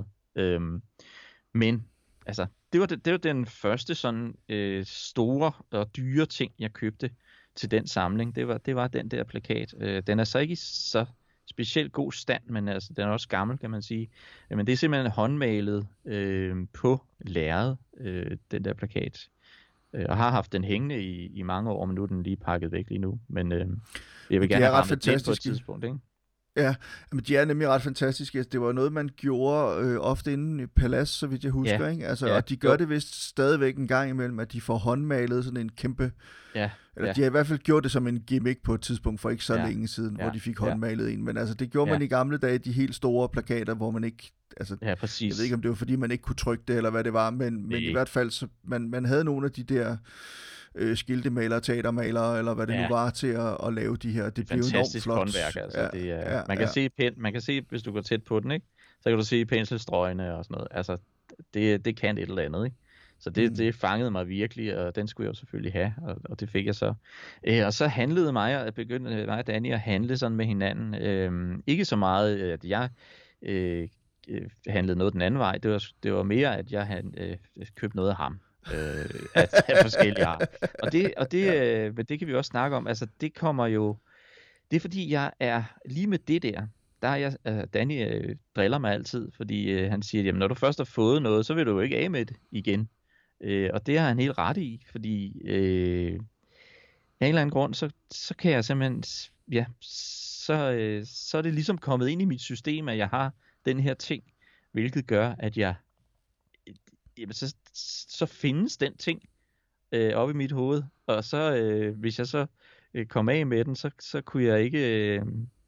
Men altså, det var den første sådan store og dyre ting, jeg købte til den samling. Det var den der plakat. Den er så ikke i så specielt god stand, men altså, den er også gammel, kan man sige. Men det er simpelthen håndmalet på lærred, den der plakat. Og har haft den hængende i mange år, men nu er den lige pakket væk lige nu. Men jeg vil gerne have rammet den på et tidspunkt, ikke? Ja, men de er nemlig ret fantastiske. Det var noget, man gjorde ofte inde i Palads, så vidt jeg husker, ikke? Altså, og de gør det vist stadigvæk en gang imellem, at de får håndmalet sådan en kæmpe... Eller de har i hvert fald gjort det som en gimmick på et tidspunkt for ikke så længe siden, hvor de fik håndmalet en. Men altså, det gjorde man i gamle dage, de helt store plakater, hvor man ikke... Altså, præcis. Jeg ved ikke, om det var fordi, man ikke kunne trykke det, eller hvad det var, men i hvert fald, så man havde nogle af de der... skiltemalere, teatermalere, eller hvad det nu var, til at lave de her. Det blev enormt flot. Håndværk, altså. Man kan se, hvis du går tæt på den, ikke? Så kan du se penselstrøgene og sådan noget. Altså, det kan et eller andet, ikke? Så det fangede mig virkelig, og den skulle jeg jo selvfølgelig have, og det fik jeg så. Og så handlede mig og Danny at handle sådan med hinanden. Ikke så meget, at jeg handlede noget den anden vej. Det var mere, at jeg købte noget af ham. Af forskellige art. Og det kan vi også snakke om. Altså, det kommer jo... Det er fordi, jeg er lige med det der. Der er jeg... Danny driller mig altid, fordi han siger, jamen, når du først har fået noget, så vil du jo ikke af med det igen. Og det har han helt ret i, fordi af en eller anden grund, så kan jeg simpelthen... Ja, så er det ligesom kommet ind i mit system, at jeg har den her ting, hvilket gør, at jeg... Jamen, så findes den ting op i mit hoved, og så hvis jeg så kom af med den, så kunne jeg ikke,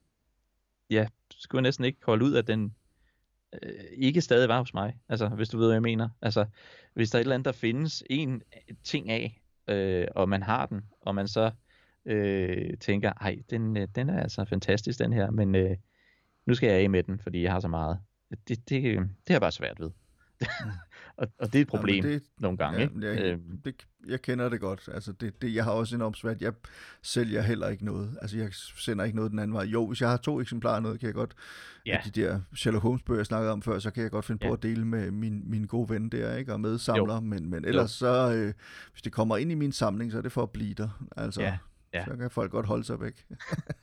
skulle jeg næsten ikke holde ud, at den ikke stadig var hos mig. Altså, hvis du ved, hvad jeg mener. Altså, hvis der er et eller andet, der findes en ting af, og man har den, og man så tænker, ej, den er altså fantastisk, den her, men nu skal jeg af med den, fordi jeg har så meget. Det er bare svært ved. og det er et problem nogle gange. Jeg kender det godt. Altså jeg har også enormt svært. Jeg sælger heller ikke noget. Altså jeg sender ikke noget den anden vej. Jo, hvis jeg har 2 eksemplarer af noget, kan jeg godt, de der Sherlock Holmes bøger, jeg snakkede om før, så kan jeg godt finde på at dele med min gode ven der, ikke? Og medsamler. Men ellers så, hvis det kommer ind i min samling, så er det for at blive der. Altså, så kan folk godt holde sig væk.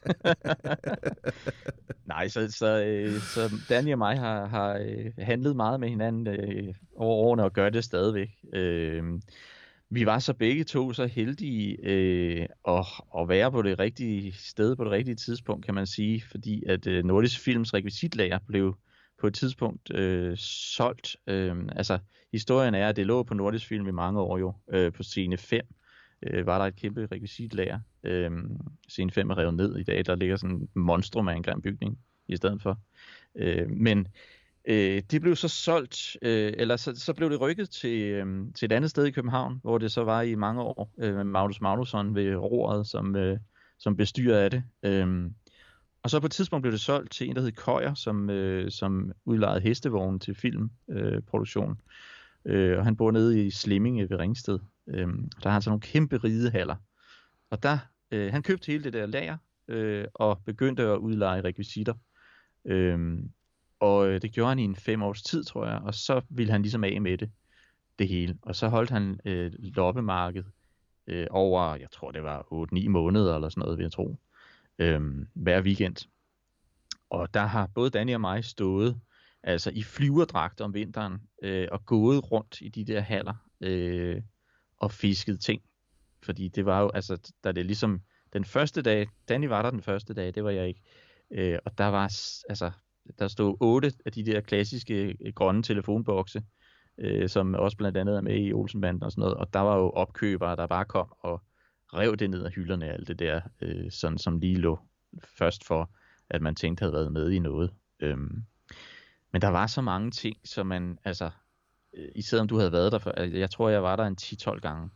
Nej, så Danny og mig har handlet meget med hinanden over årene og gør det stadigvæk. Vi var så begge to så heldige at være på det rigtige sted på det rigtige tidspunkt, kan man sige, fordi at Nordisk Films rekvisitlager blev på et tidspunkt solgt. Altså, historien er, at det lå på Nordisk Film i mange år jo, på scene 5. Var der et kæmpe rekvisitlager. Scene 5 er revet ned i dag. Der ligger sådan en monstrum af en grim bygning i stedet for. Men det blev så solgt, eller så blev det rykket til et andet sted i København, hvor det så var i mange år, med Magnus Magnusson ved roret, som bestyrer af det. Og så på et tidspunkt blev det solgt til en, der hed Køjer, som udlejede hestevognen til filmproduktion. Og han bor nede i Slimminge ved Ringsted. Der har han så nogle kæmpe ridehaller. Og der, han købte hele det der lager, og begyndte at udleje rekvisitter. Og det gjorde han i en 5 års tid, tror jeg, og så ville han ligesom af med det hele. Og så holdt han loppemarked over, jeg tror det var 8-9 måneder eller sådan noget, vil jeg tro, hver weekend. Og der har både Danny og mig stået altså i flyverdragt om vinteren og gået rundt i de der haller og fisket ting. Fordi det var jo, altså, da det ligesom den første dag, Danny var der den første dag, det var jeg ikke. Og der var, altså, der stod 8 af de der klassiske grønne telefonbokse, som også blandt andet er med i Olsenbanden og sådan noget. Og der var jo opkøbere, der bare kom og rev det ned af hylderne, alt det der, sådan som lige lå først for, at man tænkte havde været med i noget. Men der var så mange ting, som man, altså, især om du havde været der før, jeg tror jeg var der en 10-12 gange,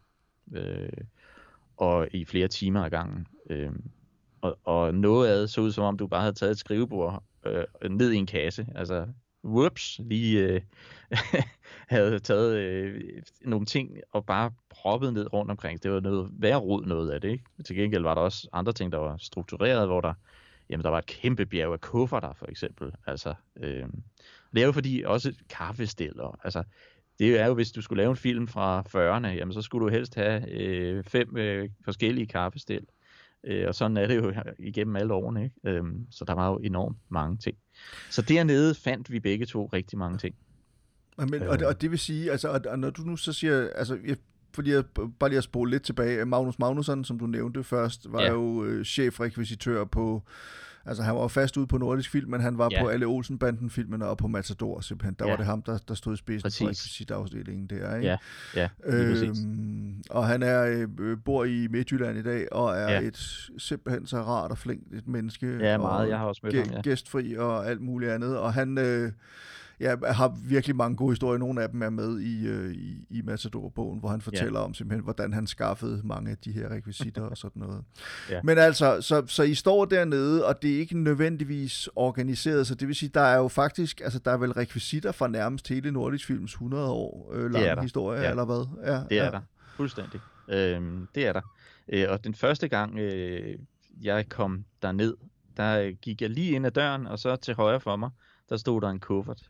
og i flere timer ad gangen. Og noget af det så ud som om du bare havde taget et skrivebord ned i en kasse, altså whoops, lige havde taget nogle ting og bare proppet ned rundt omkring. Det var noget værre rod noget af det, ikke? Til gengæld var der også andre ting, der var struktureret, hvor der var et kæmpe bjerg af kufferter, for eksempel. Altså, det er jo fordi også kaffestel, altså, det er jo, hvis du skulle lave en film fra 40'erne, jamen så skulle du helst have 5 forskellige kaffestel. Og sådan er det jo igennem alle årene, ikke? Så der var jo enormt mange ting. Så dernede fandt vi begge to rigtig mange ting. Men, og det vil sige, altså, og når du nu så siger, altså, fordi jeg bare lige at spole lidt tilbage, Magnus Magnusson, som du nævnte først, var jo chefrekvisitør på, altså han var fast ude på Nordisk Film, men han var på alle Olsenbanden-filmene og på Matador simpelthen. Der var det ham, der stod i spidsen for rekvisitafdelingen der, ikke? Ja, og han bor i Midtjylland i dag, og er et simpelthen så rart og flinkt et menneske. Ja, meget. Jeg har også mødt ham, gæstfri og alt muligt andet, og han har virkelig mange gode historier. Nogle af dem er med i Matador-bogen, hvor han fortæller om simpelthen, hvordan han skaffede mange af de her rekvisitter og sådan noget. Men altså, så I står dernede, og det er ikke nødvendigvis organiseret, så det vil sige, der er jo faktisk, altså der er vel rekvisitter fra nærmest hele Nordisk Films 100 år lang historie, eller hvad? Ja, det er der. Fuldstændig. Det er der. Og den første gang, jeg kom derned, der gik jeg lige ind ad døren, og så til højre for mig, der stod der en kuffert,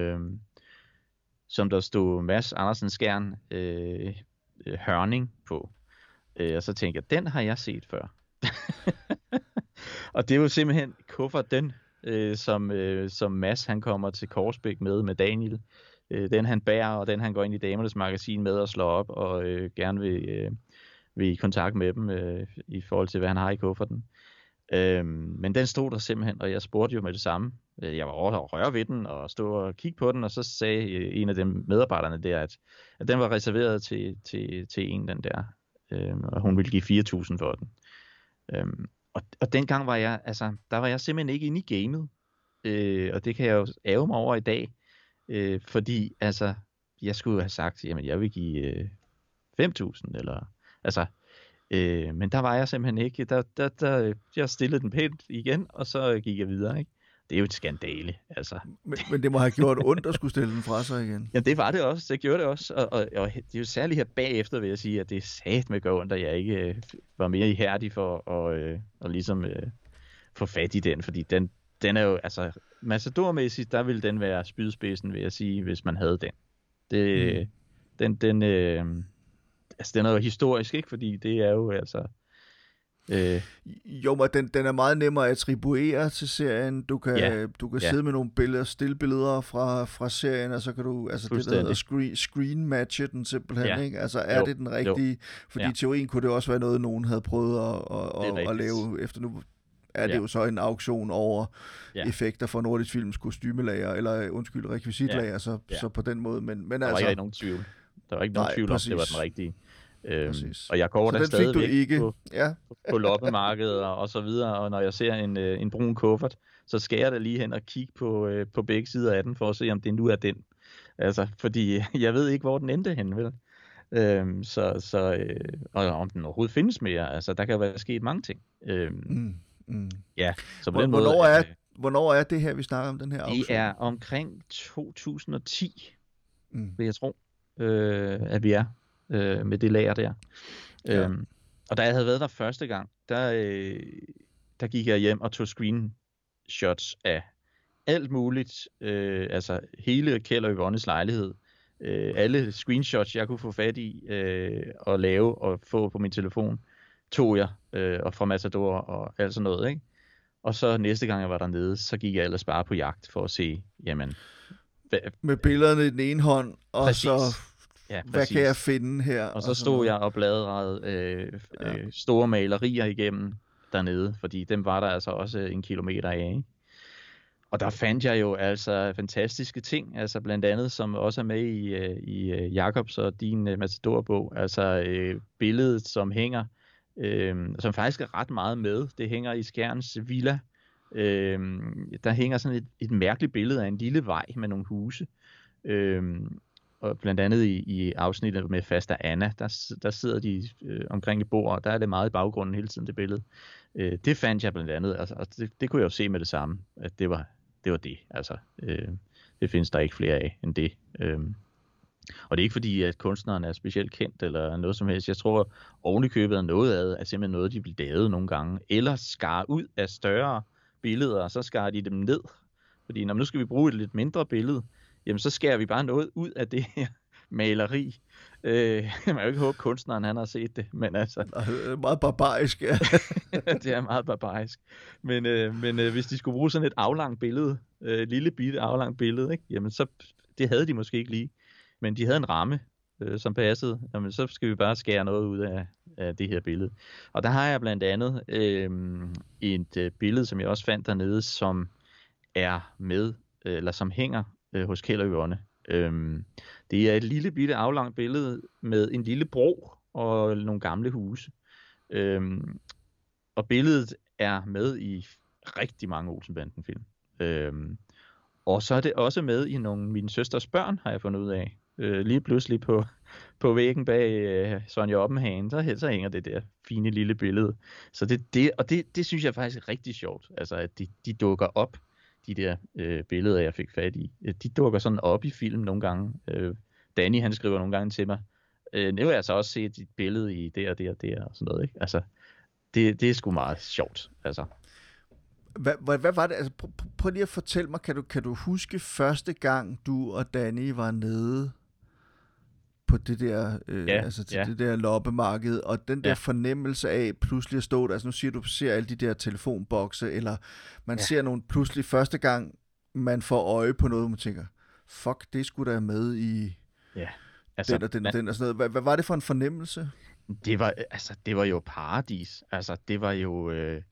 som der stod Mads Andersen Skjern Hørning på. Og så tænkte jeg, den har jeg set før. Og det er jo simpelthen kufferten, som Mads han kommer til Korsbæk med Daniel. Den han bærer, og den han går ind i Damernes Magasin med og slår op, og gerne vil i kontakt med dem i forhold til, hvad han har i kufferten. Men den stod der simpelthen, og jeg spurgte jo med det samme. Jeg var over at røre ved den og stå og kigge på den, og så sagde en af dem medarbejderne der, at den var reserveret til en, den der, og hun ville give 4.000 for den. Og dengang var jeg, altså, der var jeg simpelthen ikke inde i gamet, og det kan jeg jo ærge mig over i dag, fordi altså, jeg skulle jo have sagt, jamen jeg vil give 5.000, eller altså. Men der var jeg simpelthen ikke. Jeg stillede den pænt igen, og så gik jeg videre, ikke? Det er jo et skandale, altså. Men det må have gjort ondt at skulle stille den fra sig igen. Ja, det var det også. Det gjorde det også. Og det er jo særligt her bagefter, vil jeg sige, at det er sat med gå ondt, at jeg ikke var mere ihærdig for at ligesom få fat i den. Fordi den er jo, altså, Matador-mæssigt, der ville den være spydspidsen, vil jeg sige, hvis man havde den. Altså, den er jo historisk, ikke? Fordi det er jo altså. Jo, men den er meget nemmere at attribuere til serien. Du kan sidde med nogle stillbilleder fra serien, og så kan du, altså det der hedder screen matche den simpelthen, ikke? Altså er det den rigtige? Fordi i teorien kunne det også være noget, nogen havde prøvet at lave efter nu. Er det jo så en auktion over effekter for Nordisk Films kostymelager, eller rekvisitlager, så på den måde. Men der var ikke nogen tvivl. Der var ikke nogen tvivl om, det var den rigtige. Og jeg går der stadigvæk på loppemarkedet og så videre, og når jeg ser en brun kuffert, så skal jeg da lige hen og kigge på begge sider af den, for at se, om det nu er den. Altså, fordi jeg ved ikke, hvor den endte hen, vel? Og om den overhovedet findes mere, altså, der kan jo være sket mange ting. Ja, så på den måde. Hvornår er det her, vi snakker om den her auktion? Det er omkring 2010, vil jeg tro, at vi er. Med det lager der. Og da jeg havde været der første gang, der gik jeg hjem og tog screenshots af alt muligt, altså hele Kjeld og Yvonnes lejlighed, alle screenshots, jeg kunne få fat i og lave og få på min telefon, tog jeg og fra Matador og alt sådan noget, ikke? Og så næste gang jeg var dernede, så gik jeg ellers bare på jagt for at se, jamen... Med billederne i den ene hånd, og præcis. så... Ja, hvad kan jeg finde her? Og så stod jeg og bladrede store malerier igennem dernede, fordi dem var der altså også 1 kilometer af, ikke? Og der fandt jeg jo altså fantastiske ting, altså blandt andet, som også er med i Jacobs og din Matador-bog, altså billedet, som hænger, som faktisk er ret meget med. Det hænger i Skjerns villa. Der hænger sådan et mærkeligt billede af en lille vej med nogle huse. Og blandt andet i afsnittet med Faster Anna, der sidder de omkring et bord, og der er det meget i baggrunden hele tiden, det billede. Det fandt jeg blandt andet, altså det kunne jeg jo se med det samme, at det var det. Altså, det findes der ikke flere af end det. Og det er ikke fordi, at kunstneren er specielt kendt eller noget som helst. Jeg tror, ovenikøbet af noget af det er simpelthen noget, de lavede nogle gange. Eller skar ud af større billeder, og så skar de dem ned. Fordi når nu skal vi bruge et lidt mindre billede, jamen så skærer vi bare noget ud af det her maleri. Man kan jo ikke håbe, kunstneren han har set det, men altså... Det er meget barbarisk, ja. Det er meget barbarisk. Men hvis de skulle bruge sådan et aflangt billede, et lille bitte aflangt billede, ikke? Jamen så, det havde de måske ikke lige. Men de havde en ramme, som passede. Jamen så skal vi bare skære noget ud af det her billede. Og der har jeg blandt andet et billede, som jeg også fandt dernede, som er med, eller som hænger hos Kjeld og Yvonne. Det er et lille bitte aflangt billede med en lille bro og nogle gamle huse. Og billedet er med i rigtig mange Olsen-banden-film. Og så er det også med i nogle Min Søsters Børn, har jeg fundet ud af. Lige pludselig på væggen bag Sonja Oppenhagen, så hænger det der fine lille billede. Så det synes jeg faktisk er rigtig sjovt. Altså at de dukker op, de der billeder, jeg fik fat i. De dukker sådan op i film nogle gange. Danny, han skriver nogle gange til mig, nu har jeg så også set dit billede i der og der og der og sådan noget, ikke? Altså, det er sgu meget sjovt, altså. Hvad var det? Altså, prøv lige at fortælle mig, kan du huske første gang, du og Danny var nede på det der, det der loppemarked, og den der fornemmelse af pludselig at stå der, altså nu siger du, ser alle de der telefonbokse, eller man ser nogle pludselig første gang, man får øje på noget, man tænker, fuck, det skulle der med i den og den og den og sådan noget. Hvad var det for en fornemmelse? Det var jo paradis. Altså, det var jo...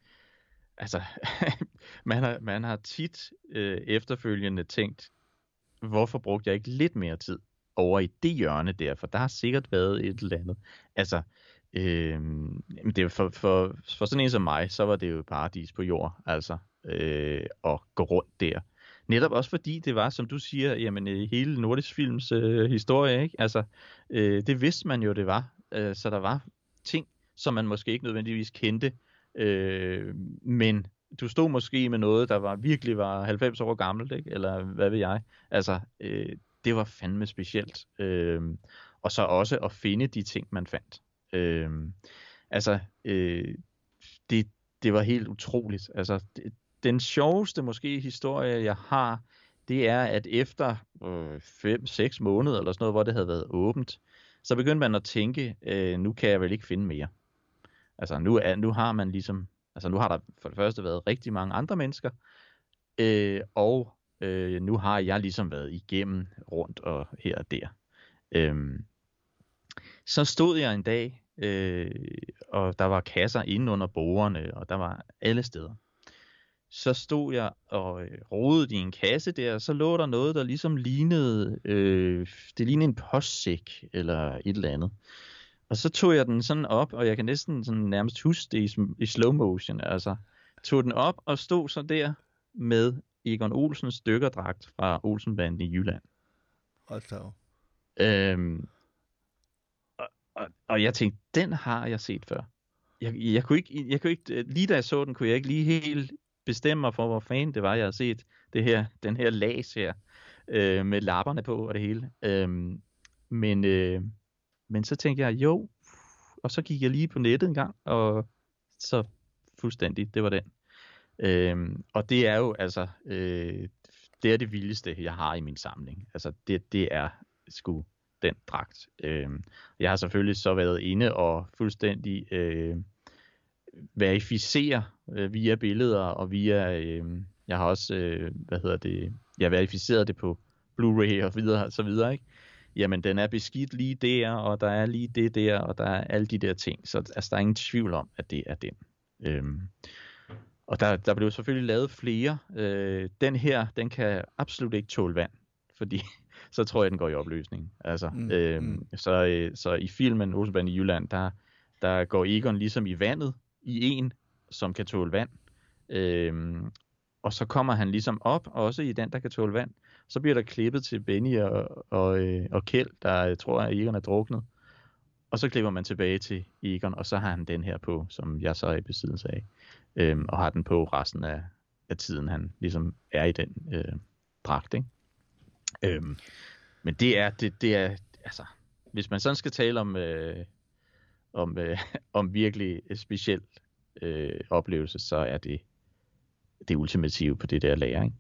man har tit efterfølgende tænkt, hvorfor brugte jeg ikke lidt mere tid over i det hjørne der, for der har sikkert været et eller andet. Altså, det for sådan en som mig, så var det jo paradis på jord, altså, at gå rundt der. Netop også fordi det var, som du siger, jamen hele Nordisk Films historie, ikke? Altså, det vidste man jo, det var. Så der var ting, som man måske ikke nødvendigvis kendte, men du stod måske med noget, der virkelig var 90 år gammelt, ikke? Eller hvad ved jeg. Altså, det var fandme specielt. Og så også at finde de ting, man fandt. Det var helt utroligt. Altså, den sjoveste måske historie, jeg har, det er, at efter 5-6 måneder eller sådan noget, hvor det havde været åbent, så begyndte man at tænke, nu kan jeg vel ikke finde mere. Altså nu har man ligesom, altså nu har der for det første været rigtig mange andre mennesker, og nu har jeg ligesom været igennem rundt og her og der. Så stod jeg en dag, og der var kasser inde under bordene, og der var alle steder. Så stod jeg og rodede i en kasse der, og så lå der noget, der ligesom lignede, det lignede en postsæk eller et eller andet. Og så tog jeg den sådan op, og jeg kan næsten sådan nærmest huske det i slow motion. Altså, tog den op og stod så der med Egon Olsens dykkerdragt fra Olsen-banden i Jylland. Og jeg tænkte, den har jeg set før. Jeg kunne ikke, lige da jeg så den, kunne jeg ikke lige helt bestemme mig for, hvor fanden det var, jeg havde set den her lags her, med lapperne på og det hele. Men så tænkte jeg, jo, og så gik jeg lige på nettet en gang, og så fuldstændig, det var den. Og det er jo altså det er det vildeste, jeg har i min samling. Altså, det er sgu den dragt. Jeg har selvfølgelig så været inde og fuldstændig verificere via billeder og via... jeg har også, jeg verificeret det på Blu-ray og videre, så videre, ikke? Jamen, den er beskidt lige der, og der er lige det der, og der er alle de der ting. Så altså, der er ingen tvivl om, at det er den. Og der blev selvfølgelig lavet flere. Den her, den kan absolut ikke tåle vand, fordi så tror jeg, den går i opløsning. Altså, så i filmen Olsenbanden i Jylland, der går Egon ligesom i vandet i en, som kan tåle vand. Og så kommer han ligesom op, også i den, der kan tåle vand. Så bliver der klippet til Benny og Kjeld, der tror, at Egon er druknet. Og så klipper man tilbage til Egon, og så har han den her på, som jeg så er i besiddelse af. Og har den på resten af tiden, han ligesom er i den dragt, ikke? Men det er altså, hvis man sådan skal tale om virkelig speciel oplevelse, så er det ultimative på det der lager, ikke?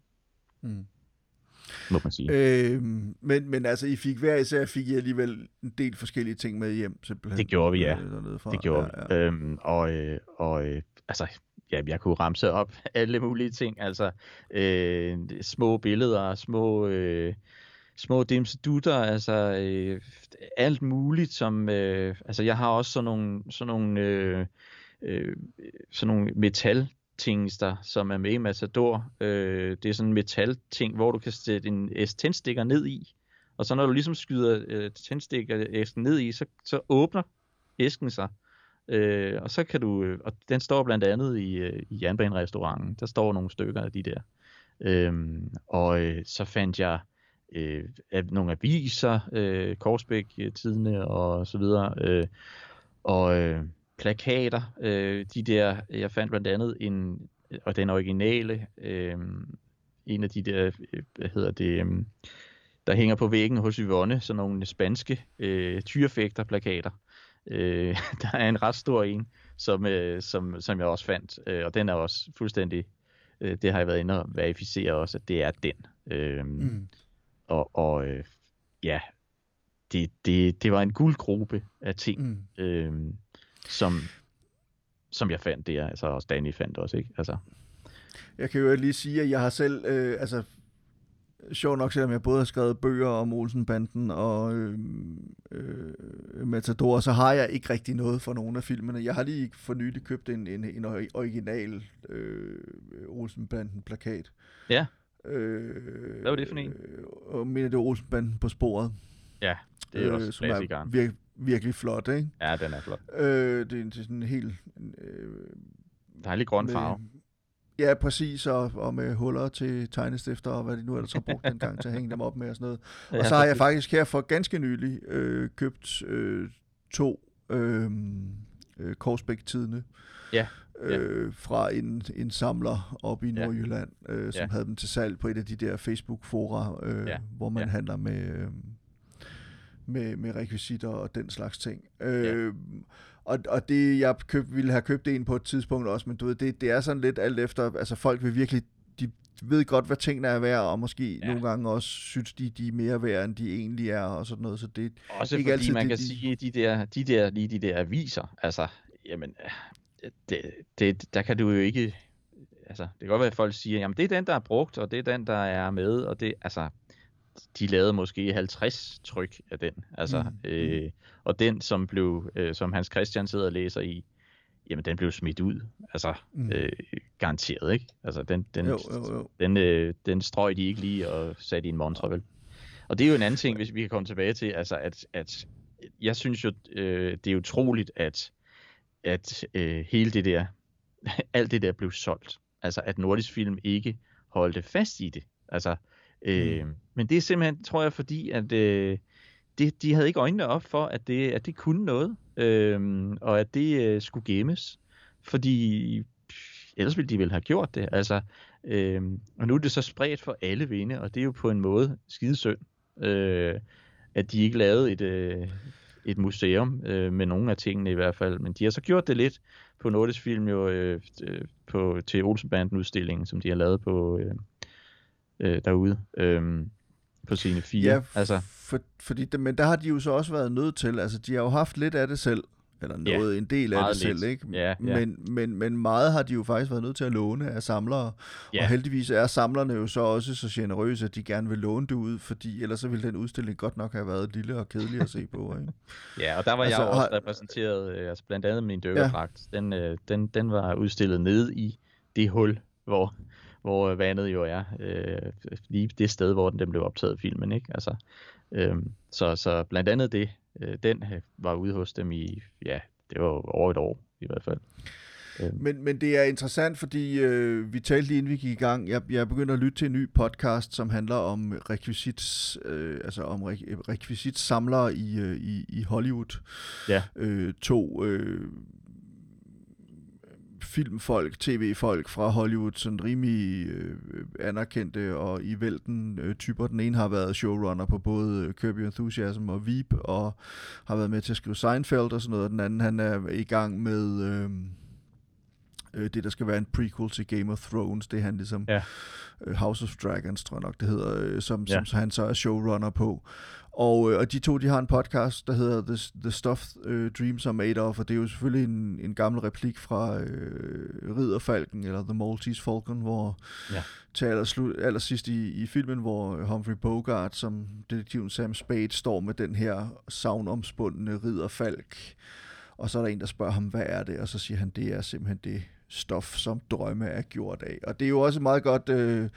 Må man sige. Men altså, I fik hver især fik I alligevel en del forskellige ting med hjem, simpelthen. Det gjorde vi, ja. Det gjorde vi. Altså, ja, jeg kunne ramse op alle mulige ting, altså små billeder, små dimsedutter, altså alt muligt, som altså jeg har også sådan nogle metaltingster, som er med i Matador. Det er sådan en metalting, hvor du kan sætte en tændstikker ned i, og så når du ligesom skyder tændstikker-æsken ned i, så åbner æsken sig. Og så kan du, og den står blandt andet i jernbanerestauranten, der står nogle stykker af de der. Så fandt jeg nogle aviser, Korsbæk-tidene og så videre, plakater, de der, jeg fandt blandt andet og den originale, en af de der, der hænger på væggen hos Yvonne, sådan nogle spanske tyrefægter-plakater. Der er en ret stor en, som jeg også fandt, og den er også fuldstændig, det har jeg været inde og verificere også, at det er den. Ja, det var en guldgruppe af ting, som jeg fandt der, altså også Danny fandt også, ikke? Altså. Jeg kan jo lige sige, at jeg har selv, sjovt nok, selvom jeg både har skrevet bøger om Olsenbanden og Matador, så har jeg ikke rigtig noget for nogle af filmene. Jeg har lige for nylig købt en original Olsenbanden-plakat. Ja. Hvad var det for en? Og mener, det er Olsenbanden på sporet. Ja, det er også klassikeren. Virkelig flot, ikke? Ja, den er flot. Det er sådan en helt... dejlig grøn farve. Ja, præcis, og med huller til tegnestifter, og hvad de nu ellers har brugt dengang til at hænge dem op med og sådan noget. Og så har jeg faktisk her for ganske nylig købt 2 Korsbæk-tidene fra en samler op i Nordjylland, som havde dem til salg på et af de der Facebook-fora, hvor man handler med rekvisitter og den slags ting. Og det, jeg ville have købt en på et tidspunkt også, men du ved, det er sådan lidt alt efter, altså folk vil virkelig, de ved godt, hvad tingene er værd, og måske nogle gange også synes de er mere værd, end de egentlig er, og sådan noget, så det også ikke fordi altid, man kan sige, de der aviser, altså, jamen, der kan du jo ikke, altså, det kan godt være, at folk siger, jamen, det er den, der er brugt, og det er den, der er med, og det, altså, de lavede måske 50 tryk af den, altså, og den, som Hans Christian sidder og læser i, jamen, den blev smidt ud, altså, garanteret, ikke? Altså, den strøg de ikke lige og satte i en montre, vel? Og det er jo en anden ting, hvis vi kan komme tilbage til, altså, at jeg synes jo, det er utroligt, at hele det der, alt det der blev solgt, altså, at Nordisk Film ikke holdte fast i det, altså, men det er simpelthen, tror jeg, fordi at de havde ikke øjnene op for, at det kunne noget, og at det skulle gemmes, fordi ellers ville de vel have gjort det. Altså, og nu er det så spredt for alle vinde, og det er jo på en måde skidesynd, at de ikke lavede et museum med nogle af tingene i hvert fald, men de har så gjort det lidt på Nordisk Film jo til Olsenbanden-udstillingen, som de har lavet derude på scene 4. Ja, altså. men der har de jo så også været nødt til, altså de har jo haft lidt af det selv, eller noget, en del af det selv, ikke? Ja. Men meget har de jo faktisk været nødt til at låne af samlere, og heldigvis er samlerne jo så også så generøse, at de gerne vil låne det ud, fordi ellers så ville den udstilling godt nok have været lille og kedelig at se på, ikke? Ja, og der var jeg også repræsenteret, altså blandt andet min dykkerdragt, den var udstillet nede i det hul, hvor vandet jo er, lige det sted, hvor den blev optaget filmen, ikke? Altså, så blandt andet det, den var ude hos dem i, det var over et år i hvert fald. Men det er interessant, fordi vi talte lige inden vi gik i gang. Jeg begyndte at lytte til en ny podcast, som handler om rekvisitsamlere i Hollywood. Ja. To filmfolk, tv-folk fra Hollywood, sådan rimelig anerkendte og i vælten typer. Den ene har været showrunner på både Curb Your Enthusiasm og Veep, og har været med til at skrive Seinfeld og sådan noget. Og den anden, han er i gang med det, der skal være en prequel til Game of Thrones. Det er han ligesom House of Dragons, tror jeg nok, det hedder, som han så er showrunner på. Og de to, de har en podcast, der hedder The Stuff Dreams Are Made Of, og det er jo selvfølgelig en gammel replik fra Ridderfalken, eller The Maltese Falcon, hvor til allersidst i filmen, hvor Humphrey Bogart, som detektiven Sam Spade, står med den her savnomspundne ridderfalk, og så er der en, der spørger ham, hvad er det? Og så siger han, det er simpelthen det stof, som drømme er gjort af. Og det er jo også et meget godt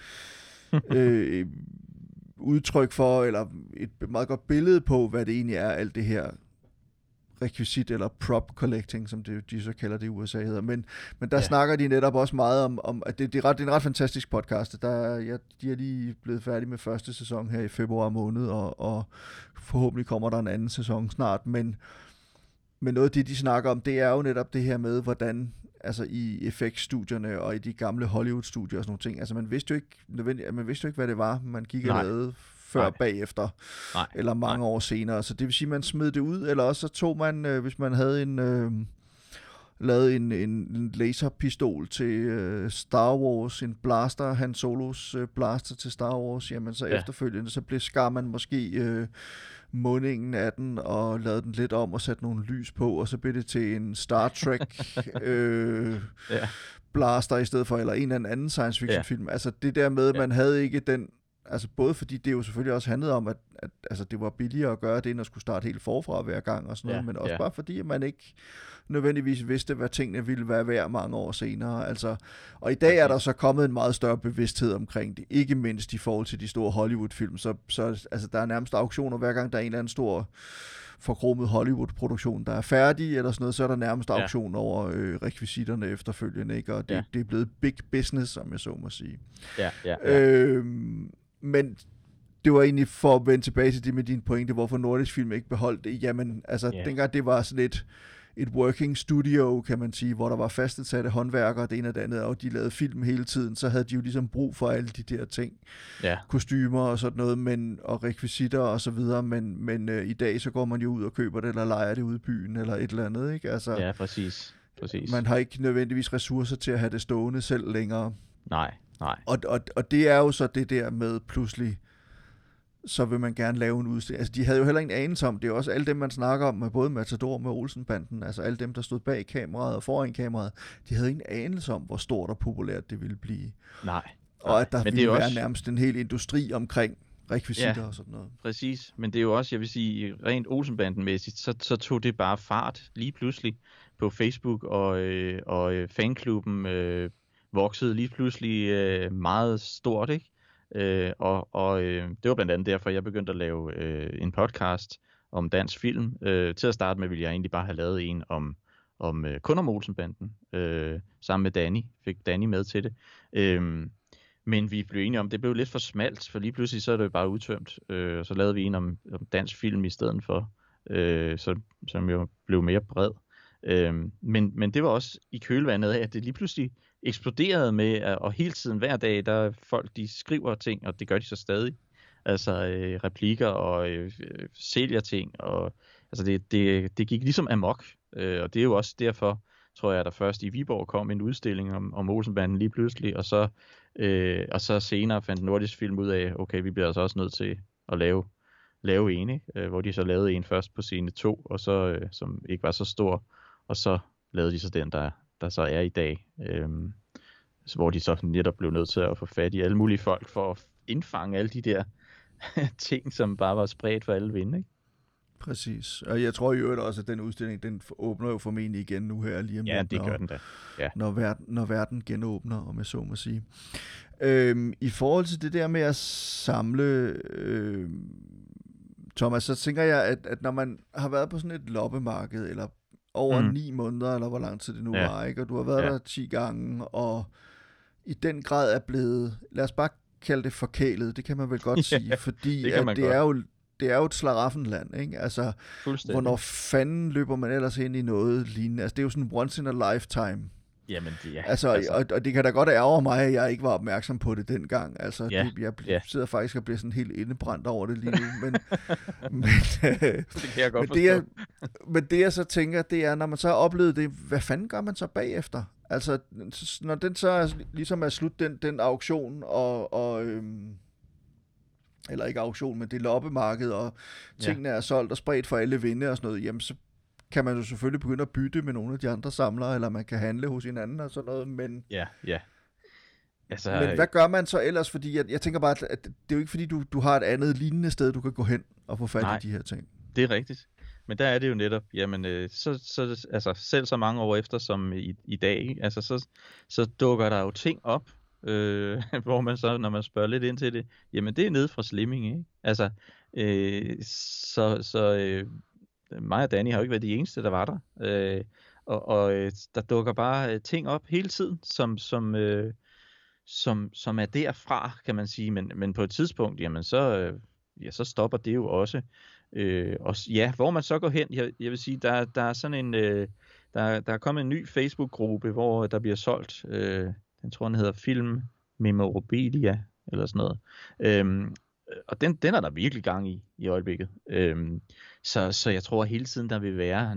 udtryk for, eller et meget godt billede på, hvad det egentlig er, alt det her rekvisit eller prop collecting, som de så kalder det i USA hedder. Men der snakker de netop også meget om at det er en ret fantastisk podcast. De er lige blevet færdige med første sæson her i februar måned, og forhåbentlig kommer der en anden sæson snart. Men noget af det, de snakker om, det er jo netop det her med, hvordan altså i effektstudierne og i de gamle Hollywood-studier og sådan nogle ting. Altså man vidste jo ikke, hvad det var, man gik og lavede før bagefter, eller mange år senere. Så det vil sige, man smed det ud, eller også så tog man, hvis man havde lavet en laserpistol til Star Wars, en blaster, Han Solos blaster til Star Wars, jamen så efterfølgende, så skar man måske mundingen af den, og lavede den lidt om, og satte nogle lys på, og så blev det til en Star Trek blaster i stedet for, eller en eller anden science fiction film. Altså det der med, man havde ikke den, altså både fordi det jo selvfølgelig også handlede om, at altså det var billigere at gøre det, end at skulle starte helt forfra hver gang og sådan noget, men også bare fordi, at man ikke nødvendigvis vidste, hvad tingene ville være værd mange år senere. Altså, og i dag er der så kommet en meget større bevidsthed omkring det, ikke mindst i forhold til de store Hollywood-film. Så altså, der er nærmest auktioner, hver gang der er en eller anden stor forkromet Hollywood-produktion, der er færdig, eller sådan noget, så er der nærmest auktion over rekvisitterne efterfølgende, ikke? Og det er blevet big business, som jeg så må sige. Men det var egentlig for at vende tilbage til det med din pointe, hvorfor Nordisk Film ikke beholdt det. Jamen, altså, dengang det var sådan et working studio, kan man sige, hvor der var fastansatte håndværkere, det ene og det andet, og de lavede film hele tiden, så havde de jo ligesom brug for alle de der ting. Kostymer og sådan noget, og rekvisitter og så videre, men i dag, så går man jo ud og køber det, eller lejer det ude i byen, eller et eller andet, ikke? Altså, ja, præcis. Man har ikke nødvendigvis ressourcer til at have det stående selv længere. Nej. Og det er jo så det der med pludselig, så vil man gerne lave en udstilling. Altså, de havde jo heller ingen anelse om, det er også alle dem, man snakker om, med både Matador med Olsenbanden, altså alle dem, der stod bag kameraet og foran kameraet, de havde ingen anelse om, hvor stort og populært det ville blive. Nej. Og at der ville være nærmest en hel industri omkring rekvisitter og sådan noget. Præcis, men det er jo også, jeg vil sige, rent Olsenbanden-mæssigt, så tog det bare fart lige pludselig på Facebook, og fanklubben voksede lige pludselig meget stort, ikke? Og det var blandt andet derfor, jeg begyndte at lave en podcast om dansk film. Til at starte med ville jeg egentlig bare have lavet en kun om Olsenbanden, sammen med Danny. Fik Danny med til det. Men vi blev enige om, det blev lidt for smalt, for lige pludselig så er det jo bare udtømt. Så lavede vi en om dansk film i stedet for, som jo blev mere bred. Men det var også i kølvandet af, at det lige pludselig eksploderede med, og hele tiden hver dag, der folk de skriver ting, og det gør de så stadig. Altså replikker og sælger ting, og altså det gik ligesom amok, og det er jo også derfor, tror jeg, der først i Viborg kom en udstilling om Olsenbanden lige pludselig, og så Og så senere fandt Nordisk Film ud af, okay, vi bliver altså også nødt til at lave en, ikke? Hvor de så lavede en først på scene 2, og så, som ikke var så stor, og så lavede de så den, der så er i dag, hvor de så netop blev nødt til at få fat i alle mulige folk for at indfange alle de der ting, som bare var spredt for alle vinde, ikke? Præcis. Og jeg tror i øvrigt også, at den udstilling, den åbner jo formentlig igen nu her lige om lidt. Ja, det gør den da. Ja. Når verden genåbner, om jeg så må sige. I forhold til det der med at samle, Thomas, så tænker jeg, at når man har været på sådan et loppemarked, eller over 9 måneder, eller hvor lang tid det nu var, ikke? Og du har været der 10 gange, og i den grad er blevet, lad os bare kalde det forkælet, det kan man vel godt sige, fordi det er jo et slaraffenland, ikke? Altså, hvornår fanden løber man ellers ind i noget lignende? Altså, det er jo sådan once in a lifetime. Jamen, det er... Altså. Og det kan da godt ærge mig, at jeg ikke var opmærksom på det dengang. Altså, jeg sidder faktisk og bliver sådan helt indebrændt over det lige nu. Men det kan jeg godt forstå. Men det, jeg så tænker, det er, når man så har oplevet det, hvad fanden gør man så bagefter? Altså, når den så ligesom er slut, den auktion, eller ikke auktion, men det loppemarked, og tingene er solgt og spredt for alle vinde og sådan noget, jamen så kan man jo selvfølgelig begynde at bytte med nogle af de andre samlere, eller man kan handle hos hinanden og sådan noget, men... Ja. Altså, men hvad gør man så ellers? Fordi jeg tænker bare, at det er jo ikke fordi, du har et andet lignende sted, du kan gå hen og få fat i de her ting. Det er rigtigt. Men der er det jo netop, jamen, altså, selv så mange år efter som i dag, altså, så dukker der jo ting op, hvor man så, når man spørger lidt ind til det, jamen det er nede fra Slimming, ikke? Altså, mig og Danny har jo ikke været de eneste, der var der. Og der dukker bare ting op hele tiden, som er derfra, kan man sige. Men på et tidspunkt, jamen så stopper det jo også. Og ja, hvor man så går hen, jeg vil sige, der er sådan en, der er kommet en ny Facebook-gruppe, hvor der bliver solgt, den tror den hedder Film Memorabilia, eller sådan noget. Og den er der virkelig gang i øjeblikket. Så jeg tror hele tiden, der vil være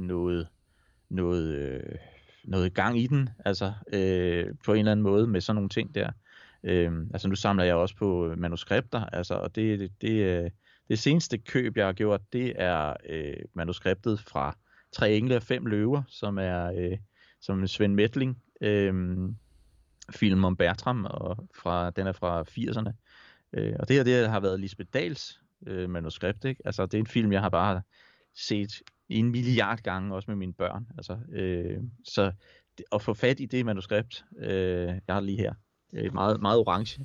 noget gang i den, altså på en eller anden måde med sådan nogle ting der. Altså nu samler jeg også på manuskripter, altså, og det seneste køb, jeg har gjort, det er manuskriptet fra 3 engle og 5 løver, som Svend Methling film om Bertram, og den er fra 80'erne. Og det her har været Lisbeth Dahls manuskript, ikke? Altså det er en film, jeg har bare set 1 milliard gange, også med mine børn. Altså, så at få fat i det manuskript, jeg har lige her, meget, meget orange.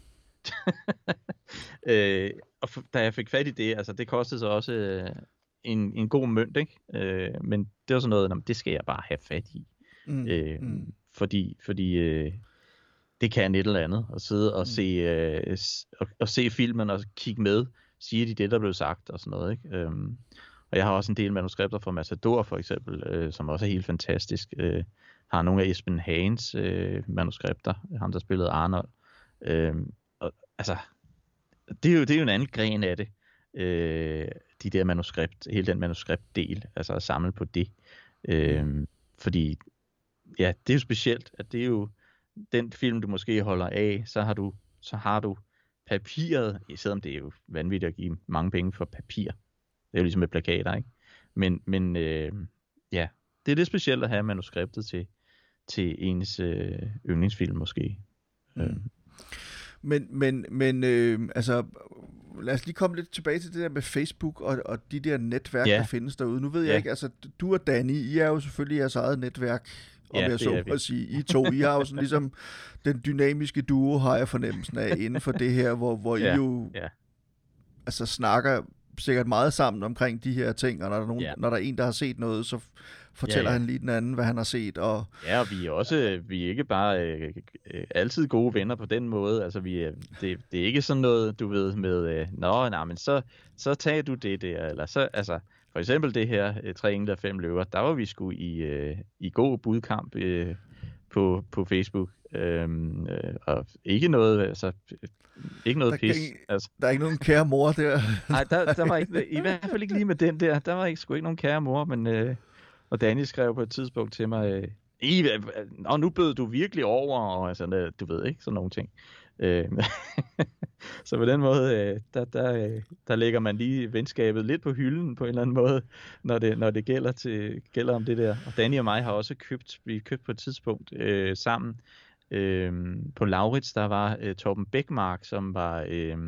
Og da jeg fik fat i det, altså det kostede så også en god mønt, ikke? Men det var sådan noget, det skal jeg bare have fat i. Fordi det kan et eller andet, at sidde og se filmen og kigge med, siger de det, der blev sagt og sådan noget, ikke? Og jeg har også en del manuskripter fra Matador for eksempel, som også er helt fantastisk. Har nogle af Esben Hagens manuskripter, ham der spillede Arnold. Og, altså, det er jo en anden gren af det, de der manuskript, hele den manuskriptdel, altså at samle på det. Fordi, ja, det er jo specielt, at det er jo den film, du måske holder af, så har du papiret, selvom det er jo vanvittigt at give mange penge for papir. Det er jo ligesom med plakater, ikke? Men ja, det er det specielt at have manuskriptet til ens yndlingsfilm måske. Men altså, lad os lige komme lidt tilbage til det der med Facebook og de der netværk, der findes derude. Nu ved jeg ikke, altså du og Danny, I er jo selvfølgelig jeres eget netværk, om jeg så at sige. I to, I har jo sådan ligesom den dynamiske duo, har jeg fornemmelsen af, inden for det her, hvor I jo altså snakker sikkert meget sammen omkring de her ting, og når der er en, der har set noget, så fortæller han lige den anden, hvad han har set. Og vi er ikke bare altid gode venner på den måde. Altså, det er ikke sådan noget, du ved, med, men så tager du det der, eller så, altså, for eksempel det her 3 engle og 5 løver, der var vi sgu i god budkamp på Facebook. Og ikke noget, altså, ikke noget pis. Altså. Der er ikke nogen kære mor der. Nej, der var ikke, i hvert fald ikke lige med den der. Der var sgu ikke nogen kære mor, men og Danny skrev på et tidspunkt til mig, Og nu bød du virkelig over, og altså, du ved ikke, sådan nogle ting. Så på den måde, der lægger man lige venskabet lidt på hylden på en eller anden måde, når det gælder om det der. Og Danny og mig har også købt på et tidspunkt sammen på Laurits, der var Torben Bækmark, som var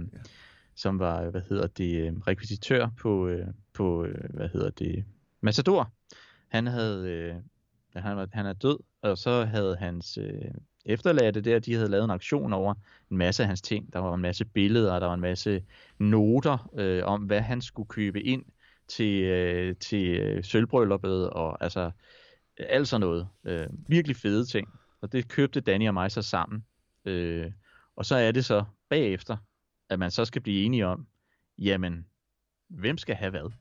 rekvisitør på Matador. Han er død, og så havde hans efterladte der, de havde lavet en auktion over en masse af hans ting. Der var en masse billeder, der var en masse noter om, hvad han skulle købe ind til sølvbrylluppet, og altså alt sådan noget. Virkelig fede ting. Og det købte Danny og mig så sammen. Og så er det så bagefter, at man så skal blive enige om, jamen, hvem skal have hvad?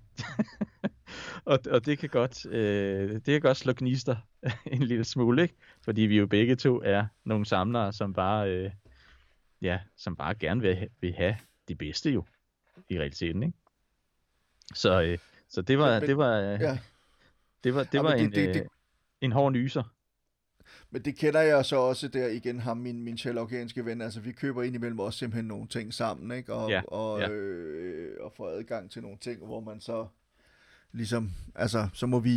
og det kan godt slå gnister en lille smule, ikke? Fordi vi jo begge to er nogle samlere, som bare gerne vil have de bedste jo i realiteten, ikke? Så det var en hård nyser. Men det kender jeg så også der igen, ham, min sherlockianske ven. Altså, vi køber indimellem også simpelthen nogle ting sammen, ikke? Og får adgang til nogle ting, hvor man så ligesom, altså, så må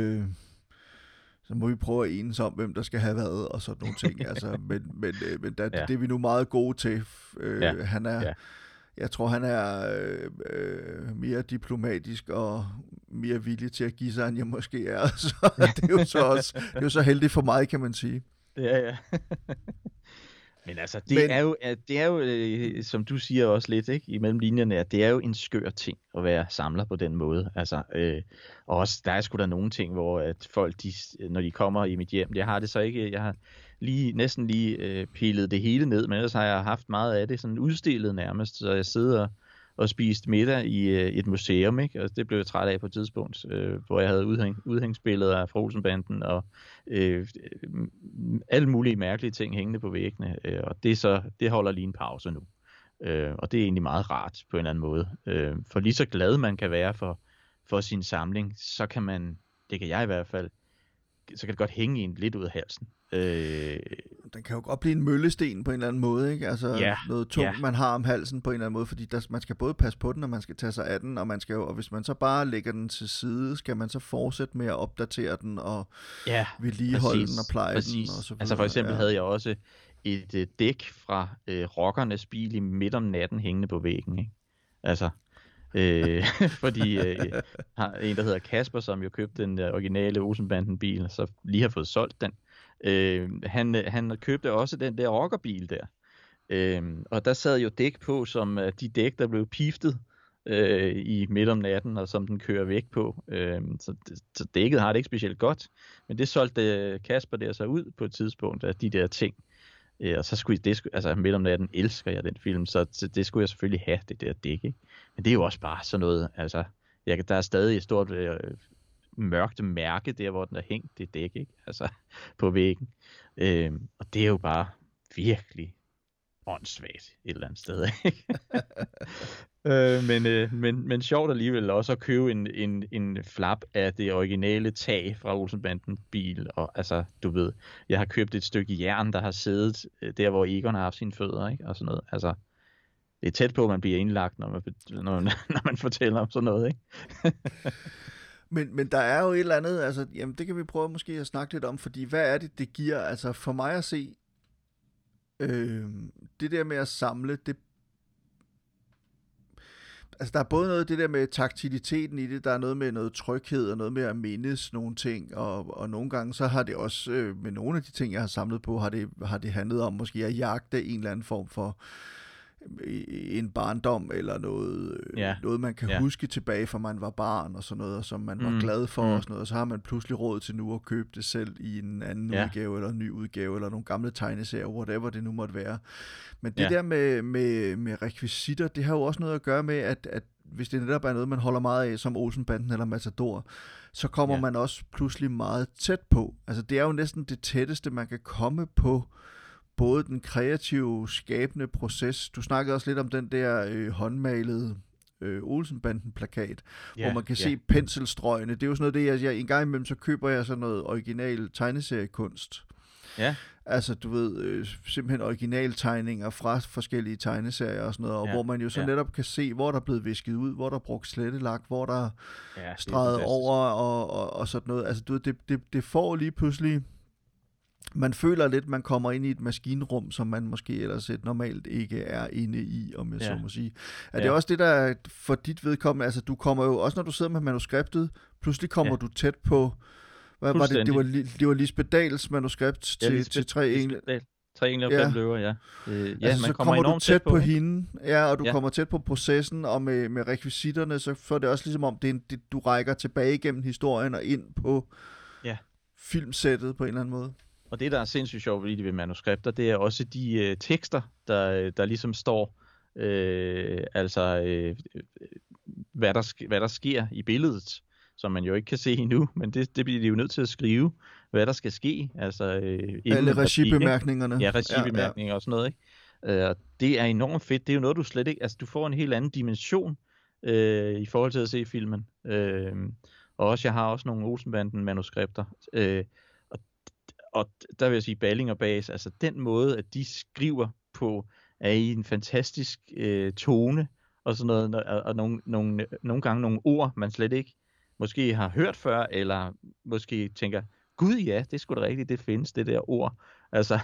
vi prøve at enes om, hvem der skal have hvad, og sådan nogle ting. Altså, men det er vi nu meget gode til. Jeg tror, han er mere diplomatisk og mere villig til at give sig, end jeg måske er. Så det er jo så heldigt for mig, kan man sige. Ja. Men altså, det er jo, som du siger også lidt, ikke, imellem linjerne, at det er jo en skør ting at være samler på den måde. Altså, og også, der er sgu da nogle ting, hvor at folk, når de kommer i mit hjem, jeg har det så ikke, jeg har næsten lige pillet det hele ned, men ellers har jeg haft meget af det sådan udstillet nærmest, så jeg sidder og spiste middag i et museum, ikke? Og det blev jeg træt af på et tidspunkt, hvor jeg havde udhængsbilleder fra Olsenbanden og alle mulige mærkelige ting hængende på væggene, og det holder lige en pause nu. Og det er egentlig meget rart på en eller anden måde. For lige så glad man kan være for sin samling, så kan man, det kan jeg i hvert fald, så kan det godt hænge en lidt ud af halsen. Den kan jo godt blive en møllesten på en eller anden måde, ikke? Altså noget tungt, man har om halsen på en eller anden måde, fordi man skal både passe på den, og man skal tage sig af den, og hvis man så bare lægger den til side, skal man så fortsætte med at opdatere den, og vedligeholde den og pleje den, og så videre. Altså for eksempel havde jeg også et dæk fra rockernes bil i midt om natten hængende på væggen, ikke? Altså, fordi en, der hedder Kasper, som jo købte den originale Olsenbanden-bil, så lige har fået solgt den. Han købte også den der rockerbil der. Og der sad jo dæk på, som de dæk, der blev piftet i midt om natten, og som den kører væk på. Så dækket har det ikke specielt godt. Men det solgte Kasper der så ud på et tidspunkt af de der ting. Og så skulle altså midt om natten elsker jeg den film, så det skulle jeg selvfølgelig have, det der dæk, ikke? Men det er jo også bare sådan noget, altså, der er stadig et stort mørkt mærke der, hvor den er hængt, det dæk, ikke? Altså, på væggen. Og det er jo bare virkelig åndssvagt et eller andet sted, ikke? Men sjovt alligevel også at købe en flap af det originale tag fra Olsenbanden bil, og altså, du ved, jeg har købt et stykke jern, der har siddet der, hvor Egon har haft sine fødder, ikke? Og sådan noget, altså, det er tæt på, at man bliver indlagt, når man fortæller om sådan noget, ikke? Men der er jo et eller andet, altså, jamen det kan vi prøve måske at snakke lidt om, fordi hvad er det giver, altså for mig at se, det der med at samle, det, altså der er både noget det der med taktiliteten i det, der er noget med noget tryghed, og noget med at mindes nogle ting, og nogle gange så har det også, med nogle af de ting, jeg har samlet på, har det handlet om måske at jagte en eller anden form for en barndom, eller noget man kan huske tilbage fra man var barn, og sådan noget, og som man var glad for, og sådan noget, og så har man pludselig råd til nu at købe det selv i en anden udgave, eller en ny udgave, eller nogle gamle tegneserier, whatever det nu måtte være. Men det der med rekvisitter, det har jo også noget at gøre med, at hvis det netop er noget, man holder meget af, som Olsenbanden eller Matador, så kommer man også pludselig meget tæt på. Altså det er jo næsten det tætteste, man kan komme på både den kreative, skabende proces. Du snakkede også lidt om den der håndmalede Olsenbanden-plakat, Ja, hvor man kan ja. se penselstrøgene. Det er jo sådan noget, jeg en gang imellem, så køber jeg sådan noget original tegneseriekunst. Ja, Altså, du ved, simpelthen originaltegninger fra forskellige tegneserier og sådan noget, og ja, hvor man jo så ja. netop kan se, hvor der er blevet visket ud, hvor der er brugt slettelak, hvor der Ja, er det er streget fantastisk. over og sådan noget. Altså, du ved, det får lige pludselig... Man føler lidt, man kommer ind i et maskinrum, som man måske ellers normalt ikke er inde i, om jeg så må sige. Er det også det, der er for dit vedkommende? Altså, du kommer jo også, når du sidder med manuskriptet, pludselig kommer du tæt på... Hvad var det? Det var Lisbeth Dahls manuskript til Tre Engle. Tre Engle og Fem Løver, ja. Altså, man så kommer du tæt på hende. hende, ja, og du kommer tæt på processen, og med rekvisitterne, så får det også ligesom om, du rækker tilbage igennem historien og ind på filmsættet på en eller anden måde. Og det, der er sindssygt sjovt ved manuskripter, det er også de tekster, der ligesom står, hvad der sker i billedet, som man jo ikke kan se endnu, men det bliver de jo nødt til at skrive, hvad der skal ske. Altså, alle regibemærkningerne. Ja, regibemærkninger og sådan noget, ikke? Og det er enormt fedt. Det er jo noget, du slet ikke... Altså, du får en helt anden dimension i forhold til at se filmen. Og også, jeg har også nogle Olsenbanden-manuskripter. Og der vil jeg sige, Balling og Bass, altså den måde, at de skriver på, er i en fantastisk tone, og sådan noget, og nogle gange nogle ord, man slet ikke måske har hørt før, eller måske tænker, gud ja, det er sgu da rigtigt, det findes, det der ord. Altså,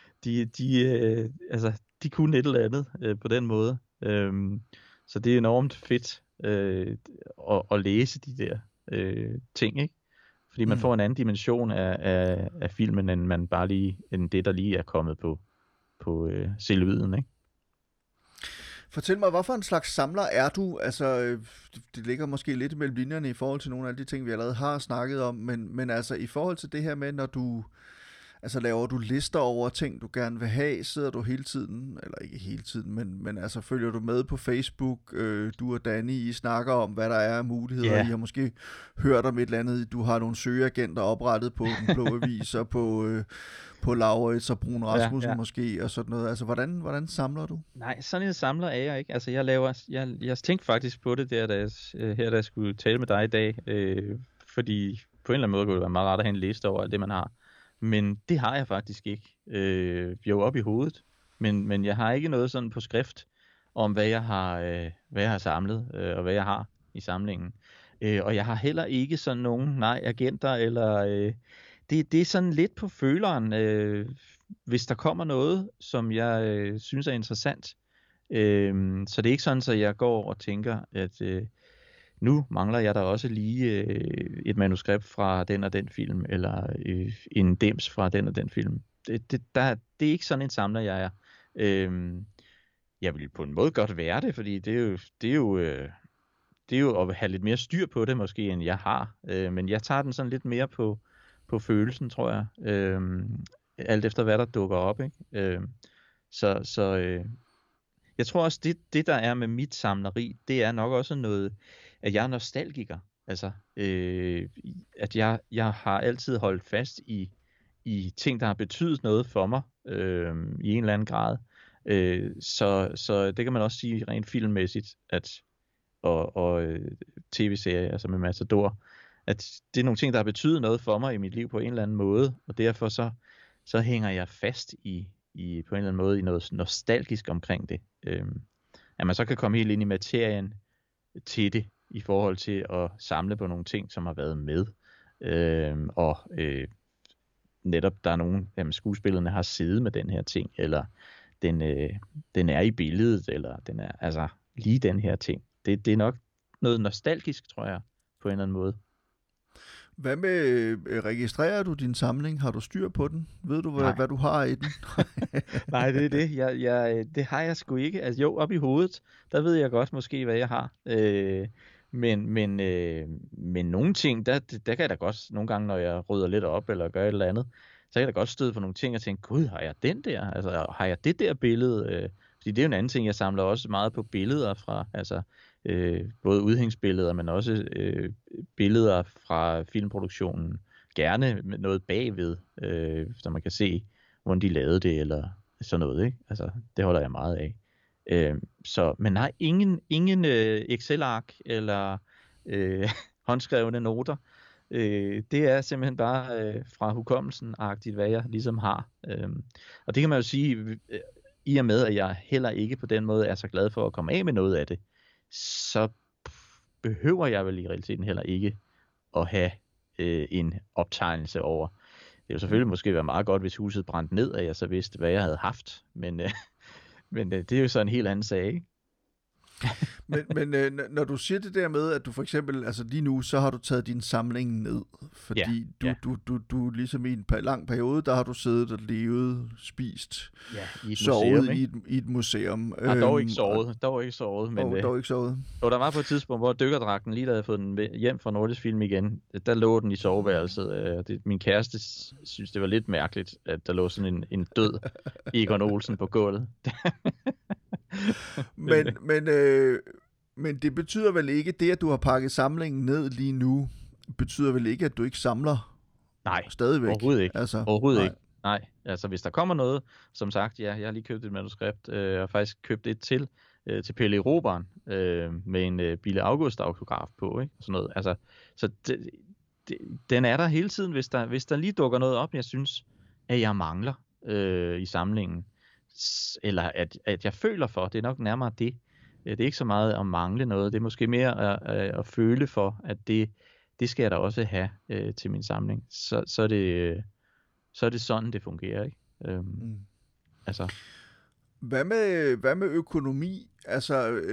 de kunne et eller andet på den måde. Så det er enormt fedt at læse de der ting, ikke? Fordi man får en anden dimension af filmen, end det, der lige er kommet på selvviden, ikke? Fortæl mig, hvorfor en slags samler er du? Altså, det ligger måske lidt mellem linjerne i forhold til nogle af de ting, vi allerede har snakket om, men altså i forhold til det her med, når du... Altså laver du lister over ting, du gerne vil have? Sidder du hele tiden, eller ikke hele tiden, men altså følger du med på Facebook? Du og Danny, I snakker om, hvad der er af muligheder. Yeah. I har måske hørt om et eller andet. Du har nogle søgeagenter oprettet på Den Blå Avis og på Laurits og Brun Rasmussen måske og sådan noget. Altså hvordan samler du? Nej, sådan en samler er jeg ikke. Altså jeg tænkte faktisk på det der, da jeg skulle tale med dig i dag, fordi på en eller anden måde kunne det være meget rart at have en liste over alt det, man har. Men det har jeg faktisk ikke. Jo, op i hovedet. Men jeg har ikke noget sådan på skrift om, hvad jeg har samlet, og hvad jeg har i samlingen. Og jeg har heller ikke sådan nogen agenter, eller... Det er sådan lidt på føleren, hvis der kommer noget, som jeg synes er interessant. Så det er ikke sådan, at jeg går og tænker, at... Nu mangler jeg da også lige et manuskript fra den og den film, eller en dims fra den og den film. Det er ikke sådan en samler, jeg er. Jeg vil på en måde godt være det, fordi det er jo at have lidt mere styr på det måske, end jeg har. Men jeg tager den sådan lidt mere på følelsen, tror jeg. Alt efter hvad der dukker op, ikke? Jeg tror også, det der er med mit samleri, det er nok også noget, at jeg er nostalgiker. Altså, at jeg har altid holdt fast i ting, der har betydet noget for mig, i en eller anden grad. Så det kan man også sige rent filmmæssigt, og tv-serier, altså med Matador, at det er nogle ting, der har betydet noget for mig i mit liv på en eller anden måde, og derfor så hænger jeg fast i på en eller anden måde i noget nostalgisk omkring det. At man så kan komme helt ind i materien til det, i forhold til at samle på nogle ting, som har været med. Netop der er nogle af skuespillerne har siddet med den her ting, eller den er i billedet, eller den er altså lige den her ting. Det er nok noget nostalgisk, tror jeg, på en eller anden måde. Hvad med, registrerer du din samling? Har du styr på den? Ved du, hvad du har i den? Nej, det er det. Det har jeg sgu ikke. Altså jo, op i hovedet, der ved jeg godt måske, hvad jeg har. Men nogle ting, der kan jeg da godt, nogle gange, når jeg rydder lidt op, eller gør et eller andet, så kan jeg da godt støde på nogle ting og tænke, gud, har jeg den der? Altså, har jeg det der billede? Fordi det er jo en anden ting, jeg samler også meget på billeder fra, altså både udhængsbilleder, men også billeder fra filmproduktionen. Gerne med noget bagved, så man kan se, hvordan de lavede det, eller sådan noget, ikke? Altså, det holder jeg meget af. Men nej, ingen Excel-ark eller håndskrevne noter. Det er simpelthen bare fra hukommelsen-agtigt, hvad jeg ligesom har. Og det kan man jo sige, i og med, at jeg heller ikke på den måde er så glad for at komme af med noget af det, så behøver jeg vel i realiteten heller ikke at have en optegnelse over. Det ville selvfølgelig måske være meget godt, hvis huset brændte ned, at jeg så vidste, hvad jeg havde haft. Men det er jo så en helt anden sag, ikke? Men når du siger det der med, at du for eksempel, altså lige nu, så har du taget din samling ned, fordi du ligesom i en lang periode, der har du siddet og levet, spist, sovet i et museum. Har dog ikke sovet. Men, dog ikke sovet. Og der var på et tidspunkt, hvor dykkerdragten lige da jeg fået den hjem fra Nordisk Film igen, der lå den i soveværelset. Min kæreste synes, det var lidt mærkeligt, at der lå sådan en død Egon Olsen på gulvet. Men det betyder vel ikke, det at du har pakket samlingen ned lige nu, betyder vel ikke, at du ikke samler? Nej, stadigvæk. Overhovedet ikke. Overhovedet ikke. Nej, altså hvis der kommer noget, som sagt, jeg har lige købt et manuskript, og faktisk købt et til Pelle Erobreren, med en Bille August-autograf på, ikke? Sådan noget. Altså, så den er der hele tiden, hvis der lige dukker noget op, jeg synes, at jeg mangler i samlingen. Eller at jeg føler for, det er nok nærmere det. Det er ikke så meget at mangle noget, det er måske mere at føle for, at det skal jeg da også have til min samling. Så er det sådan, det fungerer, ikke? Altså. Hvad med økonomi? Altså,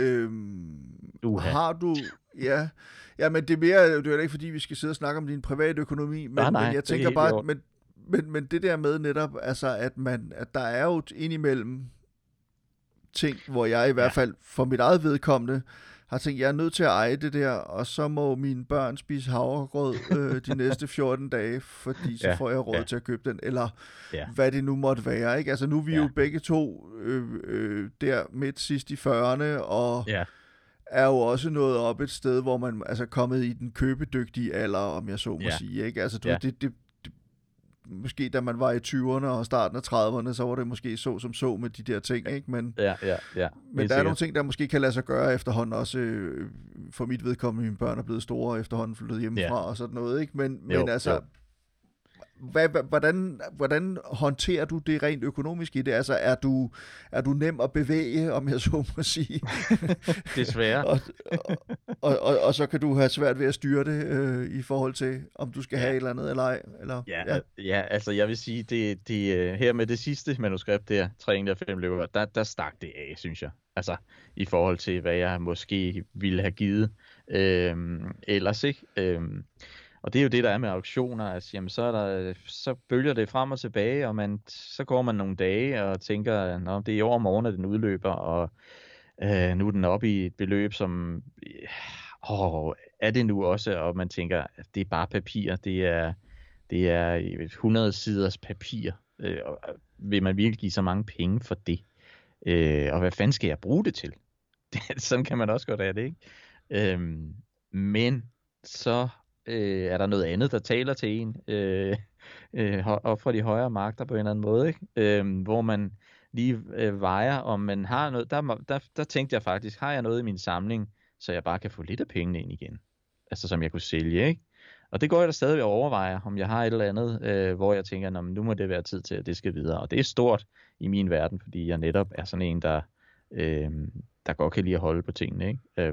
har du... Ja, men det er ikke fordi, vi skal sidde og snakke om din private økonomi, men jeg tænker bare, men det der med netop, altså, at der er jo indimellem ting, hvor jeg i hvert fald for mit eget vedkommende har tænkt, jeg er nødt til at eje det der, og så må mine børn spise havregrød de næste 14 dage, fordi så får jeg råd til at købe den, eller hvad det nu måtte være, ikke? Altså nu er vi jo begge to der midt sidst i 40'erne, og er jo også nået op et sted, hvor man altså kommet i den købedygtige alder, om jeg så må sige, ikke? Altså det måske da man var i 20'erne og starten af 30'erne, så var det måske så med de der ting, ikke? Men, men der er nogle ting, der måske kan lade sig gøre efterhånden, også for mit vedkommende, mine børn er blevet store og efterhånden flyttet hjemmefra og sådan noget, ikke? Men altså, hvordan håndterer du det rent økonomisk i det? Altså, er du nem at bevæge, om jeg så må sige? Desværre. og så kan du have svært ved at styre det i forhold til, om du skal have et eller andet eller ej? Eller, altså jeg vil sige, det her med det sidste manuskript der, 3-5 løber, der stak det af, synes jeg. Altså, i forhold til, hvad jeg måske ville have givet ellers, ikke? Og det er jo det, der er med auktioner, altså, jamen, så bølger det frem og tilbage, og så går man nogle dage og tænker, nå, det er i overmorgen, at den udløber, og nu er den oppe i et beløb, som, er det nu også, og man tænker, at det er bare papir, det er 100 siders papir, og vil man virkelig give så mange penge for det? Og hvad fanden skal jeg bruge det til? Sådan kan man også godt have det, ikke? Men så er der noget andet, der taler til en op fra de højere magter på en eller anden måde, ikke? Hvor man lige vejer, om man har noget. Der tænkte jeg faktisk, har jeg noget i min samling, så jeg bare kan få lidt af pengene ind igen, altså som jeg kunne sælge, ikke? Og det går jeg da stadig ved at overveje, om jeg har et eller andet, hvor jeg tænker, nu må det være tid til, at det skal videre. Og det er stort i min verden, fordi jeg netop er sådan en, der godt kan lide at holde på tingene, ikke?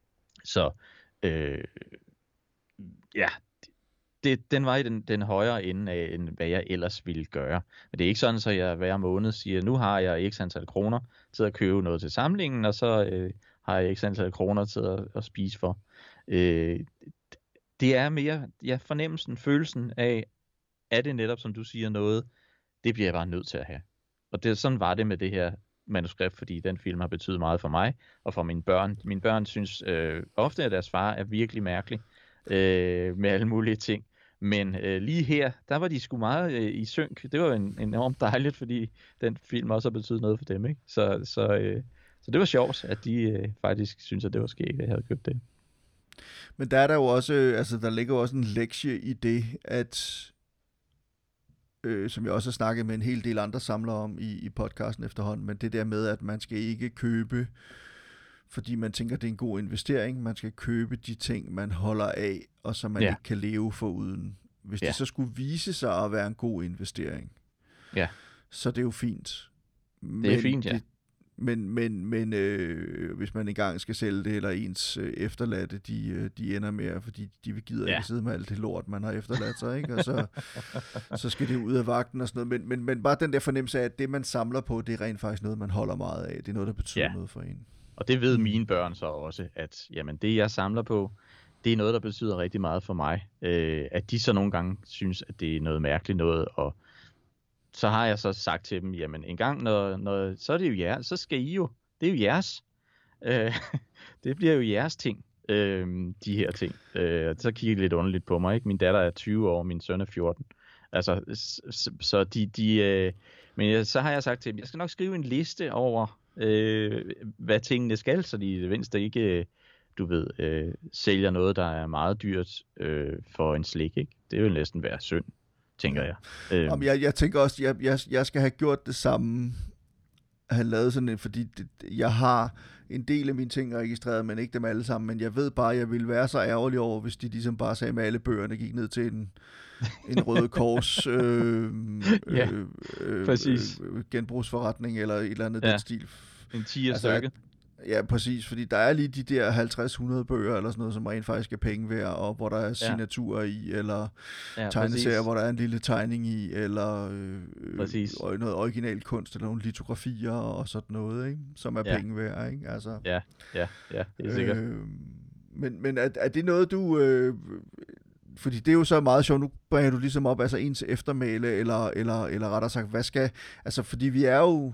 Den var i den højere ende af, end hvad jeg ellers ville gøre. Men det er ikke sådan, så jeg hver måned siger, nu har jeg x antal kroner til at købe noget til samlingen, og så har jeg x antal kroner til at spise for. Det er mere fornemmelsen, følelsen af, er det netop, som du siger, noget, det bliver jeg bare nødt til at have. Og sådan var det med det her manuskript, fordi den film har betydet meget for mig, og for mine børn. Mine børn synes ofte, at deres far er virkelig mærkelig, med alle mulige ting. Men lige her, der var de sgu meget i synk. Det var enormt dejligt, fordi den film også har betydet noget for dem, ikke? Så det var sjovt, at de faktisk synes, at det var skægt, at jeg havde købt det. Men der er der jo også, altså der ligger jo også en lektie i det, at som jeg også har snakket med en hel del andre samlere om i podcasten efterhånden, men det der med, at man skal ikke købe, fordi man tænker, det er en god investering, man skal købe de ting, man holder af, og som man ikke kan leve foruden. Hvis det så skulle vise sig at være en god investering, så det er jo fint. Det er fint, ja. Men hvis man engang skal sælge det, eller ens efterladte, de ender med, fordi de vil gider ikke sidde med alt det lort, man har efterladt sig, ikke? Og så skal det ud af vagten og sådan noget. Men bare den der fornemmelse af, at det, man samler på, det er rent faktisk noget, man holder meget af. Det er noget, der betyder noget for en. Og det ved mine børn så også, at jamen, det, jeg samler på, det er noget, der betyder rigtig meget for mig. At de så nogle gange synes, at det er noget mærkeligt noget, og så har jeg så sagt til dem, jamen en gang, når så er det jo jeres, så skal I jo, det er jo jeres. Det bliver jo jeres ting, de her ting. Så kigger de lidt underligt på mig, ikke? Min datter er 20 år, min søn er 14. Altså, så men så har jeg sagt til dem, jeg skal nok skrive en liste over, hvad tingene skal, så de i det mindste ikke, du ved, sælger noget, der er meget dyrt for en slik, ikke? Det vil næsten være synd, tænker jeg. Jeg tænker også, jeg skal have gjort det samme, have lavet sådan en, fordi jeg har en del af mine ting registreret, men ikke dem alle sammen, men jeg ved bare, at jeg ville være så ærgerlig over, hvis de ligesom bare sagde med alle bøgerne, gik ned til en Røde Kors genbrugsforretning, eller et eller andet den stil. En 10'er stykke. Ja, præcis, fordi der er lige de der 50-100 bøger, eller sådan noget, som rent faktisk er penge værd, og hvor der er signaturer i, eller tegneserier, hvor der er en lille tegning i, eller noget original kunst, eller nogle litografier, og sådan noget, ikke? Som er penge værd, ikke? Altså, det er sikkert. Men er det noget, du... fordi det er jo så meget sjovt, nu bringer du ligesom op, altså ens eftermæle, eller rettere sagt, hvad skal... Altså, fordi vi er jo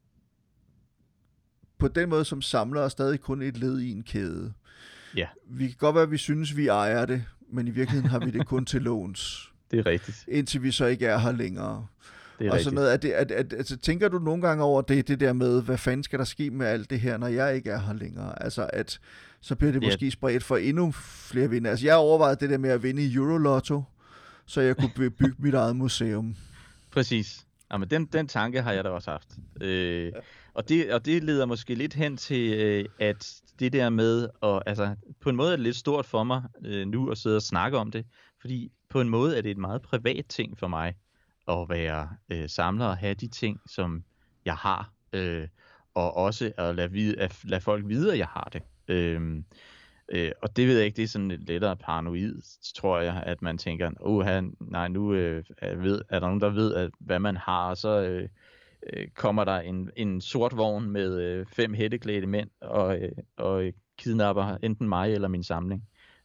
på den måde som samlere stadig kun et led i en kæde. Ja. Vi kan godt være, at vi synes, vi ejer det, men i virkeligheden har vi det kun til låns. Det er rigtigt. Indtil vi så ikke er her længere. Det er og rigtigt. sådan noget, altså, tænker du nogle gange over det der med, hvad fanden skal der ske med alt det her, når jeg ikke er her længere? Altså, at så bliver det måske spredt for endnu flere vinder. Altså, jeg overvejede det der med at vinde i Eurolotto, så jeg kunne bygge mit eget museum. Præcis. Jamen, den tanke har jeg da også haft. Og det leder måske lidt hen til, at det der med, altså på en måde er det lidt stort for mig nu at sidde og snakke om det, fordi på en måde er det et meget privat ting for mig at være samler og have de ting, som jeg har, og også at lade folk vide, at jeg har det. Og det ved jeg ikke, det er sådan lidt lettere paranoid, tror jeg, at man tænker, nu er der nogen, der ved, hvad man har, og så kommer der en sort vogn med 5 hætteklædte mænd og kidnapper enten mig eller min samling.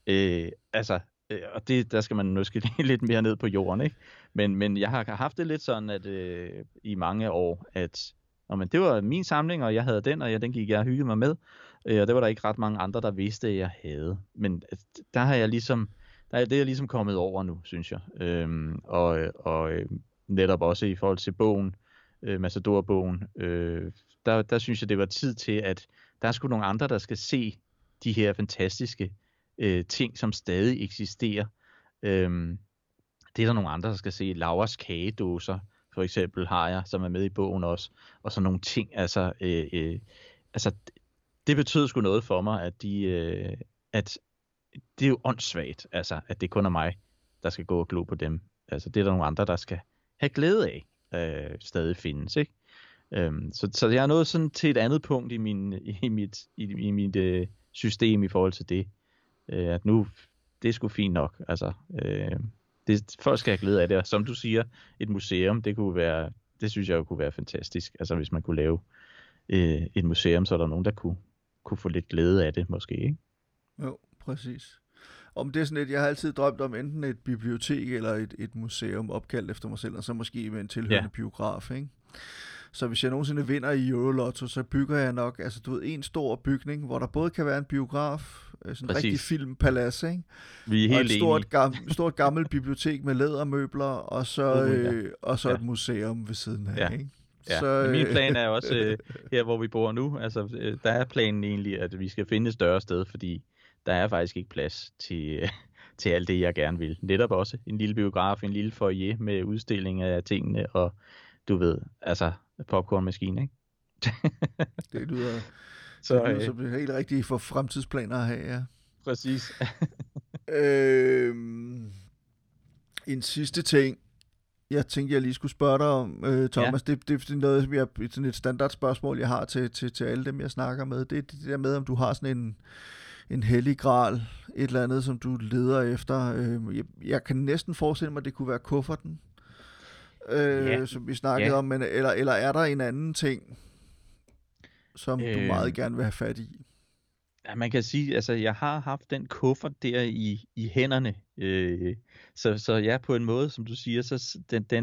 Og der skal man måske lidt mere ned på jorden, ikke? Men jeg har haft det lidt sådan, at i mange år, at det var min samling, og jeg havde den, og den gik jeg og hyggede mig med. Og det var der ikke ret mange andre, der vidste, at jeg havde. Men der er jeg ligesom kommet over nu, synes jeg. Og netop også i forhold til bogen, Matador-bogen, der synes jeg, det var tid til, at der er sgu nogle andre, der skal se de her fantastiske ting, som stadig eksisterer. Det er der nogle andre, der skal se. Lauras kagedåser, for eksempel, har jeg, som er med i bogen også. Og sådan nogle ting. Altså, det betød sgu noget for mig, at at det er jo åndssvagt, altså, at det kun er mig, der skal gå og glo på dem. Altså, det er der nogle andre, der skal have glæde af, stadig findes, ikke? Så jeg er nået sådan til et andet punkt i mit system i forhold til det. At nu, det er sgu fint nok. Altså, folk skal have glæde af det. Og som du siger, et museum, det synes jeg jo kunne være fantastisk. Altså, hvis man kunne lave et museum, så er der nogen, der kunne få lidt glæde af det, måske, ikke? Jo, præcis. Om det er sådan jeg har altid drømt om enten et bibliotek eller et museum opkaldt efter mig selv, og så måske med en tilhørende biograf, ikke? Så hvis jeg nogensinde vinder i Eurolotto, så bygger jeg nok, altså du ved, en stor bygning, hvor der både kan være en biograf, sådan en rigtig filmpalads, ikke? Vi er helt og et stort gammelt bibliotek med lædermøbler, og så et museum ved siden af, ikke? Ja, så, min plan er også her, hvor vi bor nu, altså der er planen egentlig, at vi skal finde et større sted, fordi der er faktisk ikke plads til til alt det, jeg gerne vil. Netop også en lille biograf, en lille foyer med udstilling af tingene, og du ved, altså popcornmaskine, ikke? Det lyder, Så, det lyder som det helt rigtige for fremtidsplaner at have, ja. Præcis. En sidste ting, jeg tænkte, jeg lige skulle spørge dig om, Thomas. Ja. Det er noget, som sådan et standardspørgsmål, jeg har til alle dem, jeg snakker med. Det er det der med, om du har sådan en hellig gral, et eller andet, som du leder efter. Jeg kan næsten forestille mig, at det kunne være kufferten, som vi snakkede om, men, eller er der en anden ting, som du meget gerne vil have fat i? Ja, man kan sige, altså jeg har haft den kuffert der i hænderne, så ja, på en måde, som du siger, så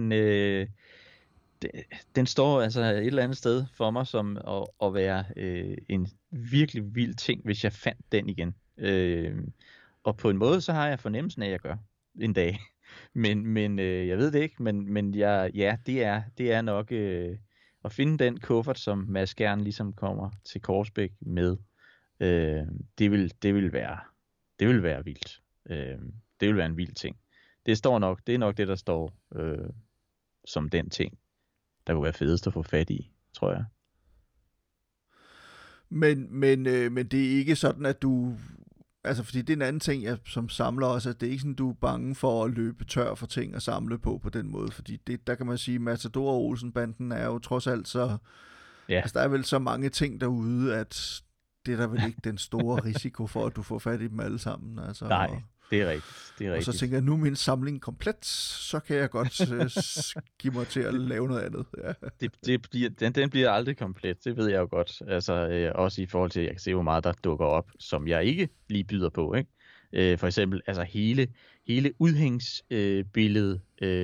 den står altså et eller andet sted for mig som at være en virkelig vild ting, hvis jeg fandt den igen. Og på en måde, så har jeg fornemmelsen af, at jeg gør en dag. Men jeg ved det ikke, men det er nok at finde den kuffert, som Mads Skjern ligesom kommer til Korsbæk med. Det vil være vildt. Det vil være en vild ting. Det er nok det, der står som den ting, der kunne være fedest at få fat i, tror jeg. Men det er ikke sådan, at du... Altså, fordi det er en anden ting, jeg som samler også, at det er ikke sådan, du er bange for at løbe tør for ting at samle på den måde. Fordi der kan man sige, at Matador og Olsen-banden er jo trods alt så... Ja. Altså, der er vel så mange ting derude, at det er der vel ikke den store risiko for, at du får fat i dem alle sammen. Altså, nej, det er rigtigt. Og så tænker jeg, nu er min samling komplet, så kan jeg godt give mig til at lave noget andet. Ja. Den bliver aldrig komplet, det ved jeg jo godt. Altså, også i forhold til, at jeg kan se, hvor meget der dukker op, som jeg ikke lige byder på. Ikke? For eksempel, altså hele udhængsbilledet,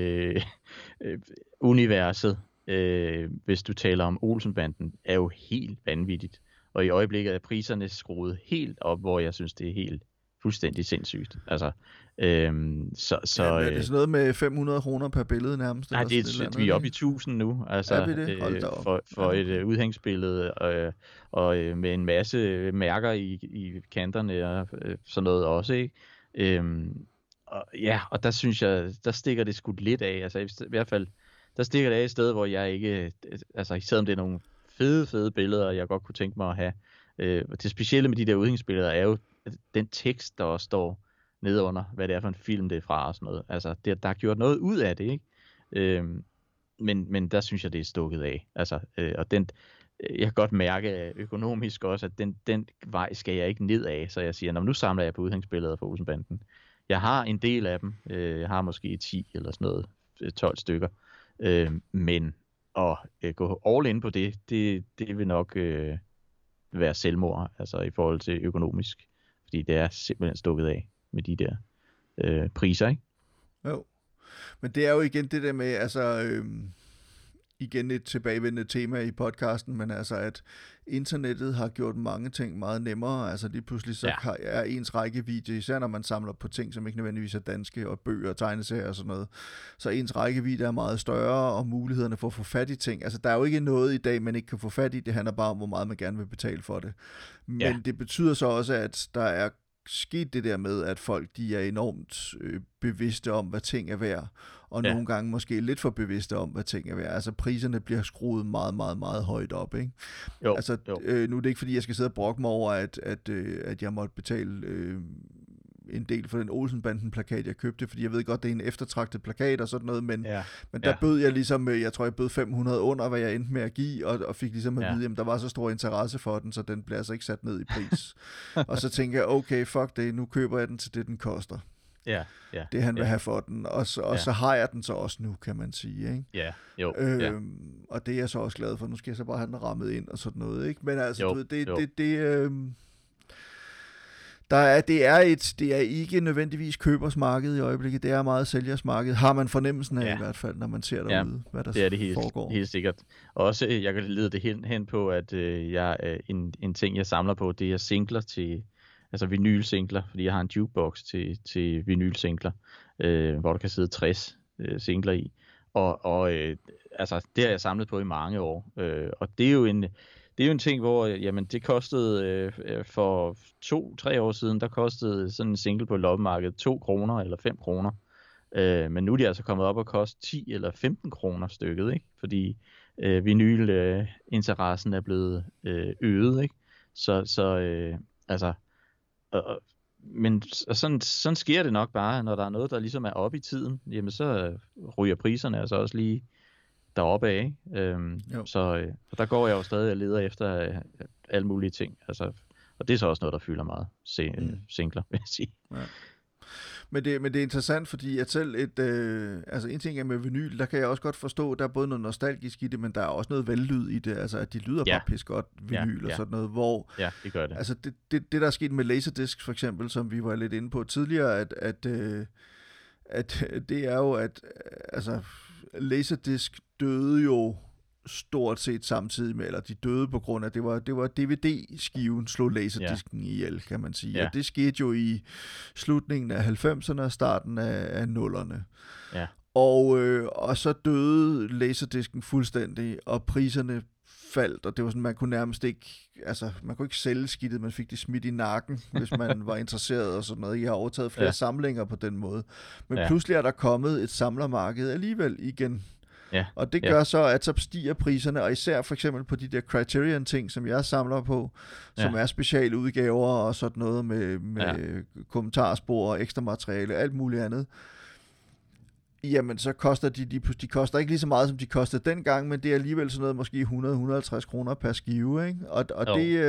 universet, hvis du taler om Olsen-banden, er jo helt vanvittigt. Og i øjeblikket er priserne skruet helt op, hvor jeg synes, det er helt fuldstændig sindssygt. Altså, er det sådan noget med 500 kroner per billede nærmest? Nej, vi er oppe i 1000 nu. Altså, for et udhængsbillede, og med en masse mærker i kanterne og sådan noget også, ikke? Og der synes jeg, der stikker det skudt lidt af. Altså i hvert fald, der stikker det af et sted, hvor jeg ikke, altså selvom det er nogle fede billeder, jeg godt kunne tænke mig at have. Det specielle med de der udhængsbilleder er jo den tekst, der også står nedenunder, hvad det er for en film, det er fra og sådan noget. Altså, der er gjort noget ud af det, ikke? Men der synes jeg, det er stukket af. Altså, og jeg kan godt mærke økonomisk også, at den vej skal jeg ikke ned af, så jeg siger, nu samler jeg på udhængsbilleder fra Olsen-banden. Jeg har en del af dem. Jeg har måske 10 eller sådan noget, 12 stykker. Men at gå all in på det vil nok være selvmord, altså i forhold til økonomisk. Fordi det er simpelthen stukket af med de der priser, ikke? Jo. Men det er jo igen det der med, altså igen et tilbagevendende tema i podcasten, men altså at internettet har gjort mange ting meget nemmere. Altså lige pludselig så er ens rækkevidde, især når man samler på ting, som ikke nødvendigvis er danske, og bøger og tegneserier og sådan noget, så ens rækkevidde er meget større, og mulighederne for at få fat i ting. Altså der er jo ikke noget i dag, man ikke kan få fat i. Det handler bare om, hvor meget man gerne vil betale for det. Men det betyder så også, at der er sket det der med, at folk de er enormt bevidste om, hvad ting er værd, og nogle gange måske lidt for bevidste om, hvad ting er værd. Altså priserne bliver skruet meget, meget, meget højt op, ikke? Jo, altså, nu er det ikke, fordi jeg skal sidde og brokke mig over, at jeg måtte betale en del for den Olsen-banden-plakat, jeg købte, fordi jeg ved godt, det er en eftertragtet plakat og sådan noget, men der bød jeg ligesom, jeg tror, jeg bød 500 under, hvad jeg endte med at give, og fik ligesom at vide, at der var så stor interesse for den, så den blev altså ikke sat ned i pris. Og så tænker jeg, okay, fuck det, nu køber jeg den til det, den koster. Det han vil have for den, og så har jeg den så også nu, kan man sige, ikke? Og det er jeg så også glad for. Nu skal jeg så bare have den rammet ind og sådan noget, ikke? Men altså, du ved, det er ikke nødvendigvis købersmarkedet i øjeblikket, det er meget sælgersmarkedet, har man fornemmelsen af i hvert fald, når man ser derude, hvad der det er det foregår. Helt sikkert. Også, jeg kan lede det hen på, at en ting, jeg samler på, det er singler til, altså vinylsingler, fordi jeg har en jukebox til vinylsingler, hvor der kan sidde 60 singler i. Og altså, det har jeg samlet på i mange år. Og det er jo det er jo en ting, hvor jamen, det kostede for 2-3 år siden, der kostede sådan en single på loppemarkedet 2 kroner eller 5 kroner. Men nu er de altså kommet op og koste 10 eller 15 kroner stykket, ikke? Fordi vinyl-interessen er blevet øget, ikke? Men sådan sker det nok bare, når der er noget, der ligesom er oppe i tiden, jamen så ryger priserne altså også lige deroppe af, ikke? Og der går jeg jo stadig og leder efter alle mulige ting, altså, og det er så også noget, der fylder meget singler, vil jeg sige. Ja. Men det er interessant, fordi at selv altså en ting er med vinyl, der kan jeg også godt forstå, der er både noget nostalgisk i det, men der er også noget vellyd i det, altså at de lyder bare pis godt, vinyl og sådan noget, hvor... Ja, det gør det. Altså det der er sket med Laserdisc for eksempel, som vi var lidt inde på tidligere, at det er jo, at altså Laserdisc døde jo stort set samtidig med, eller de døde på grund af, det var DVD-skiven slog laserdisken ihjel, kan man sige. Ja. Og det skete jo i slutningen af 90'erne og starten af 0'erne. Ja. Og så døde laserdisken fuldstændig, og priserne faldt, og det var sådan, man kunne nærmest ikke, altså man kunne ikke sælge skidtet, man fik det smidt i nakken, hvis man var interesseret og sådan noget. Jeg har overtaget flere samlinger på den måde. Men pludselig er der kommet et samlermarked alligevel igen. Ja, og det gør så, at så stiger priserne, og især for eksempel på de der Criterion-ting, som jeg samler på, som er specialudgaver og sådan noget med kommentarspor og ekstra materiale, alt muligt andet. Jamen, så koster de koster ikke lige så meget, som de kostede dengang, men det er alligevel sådan noget, måske 100-150 kroner per skive, ikke? Og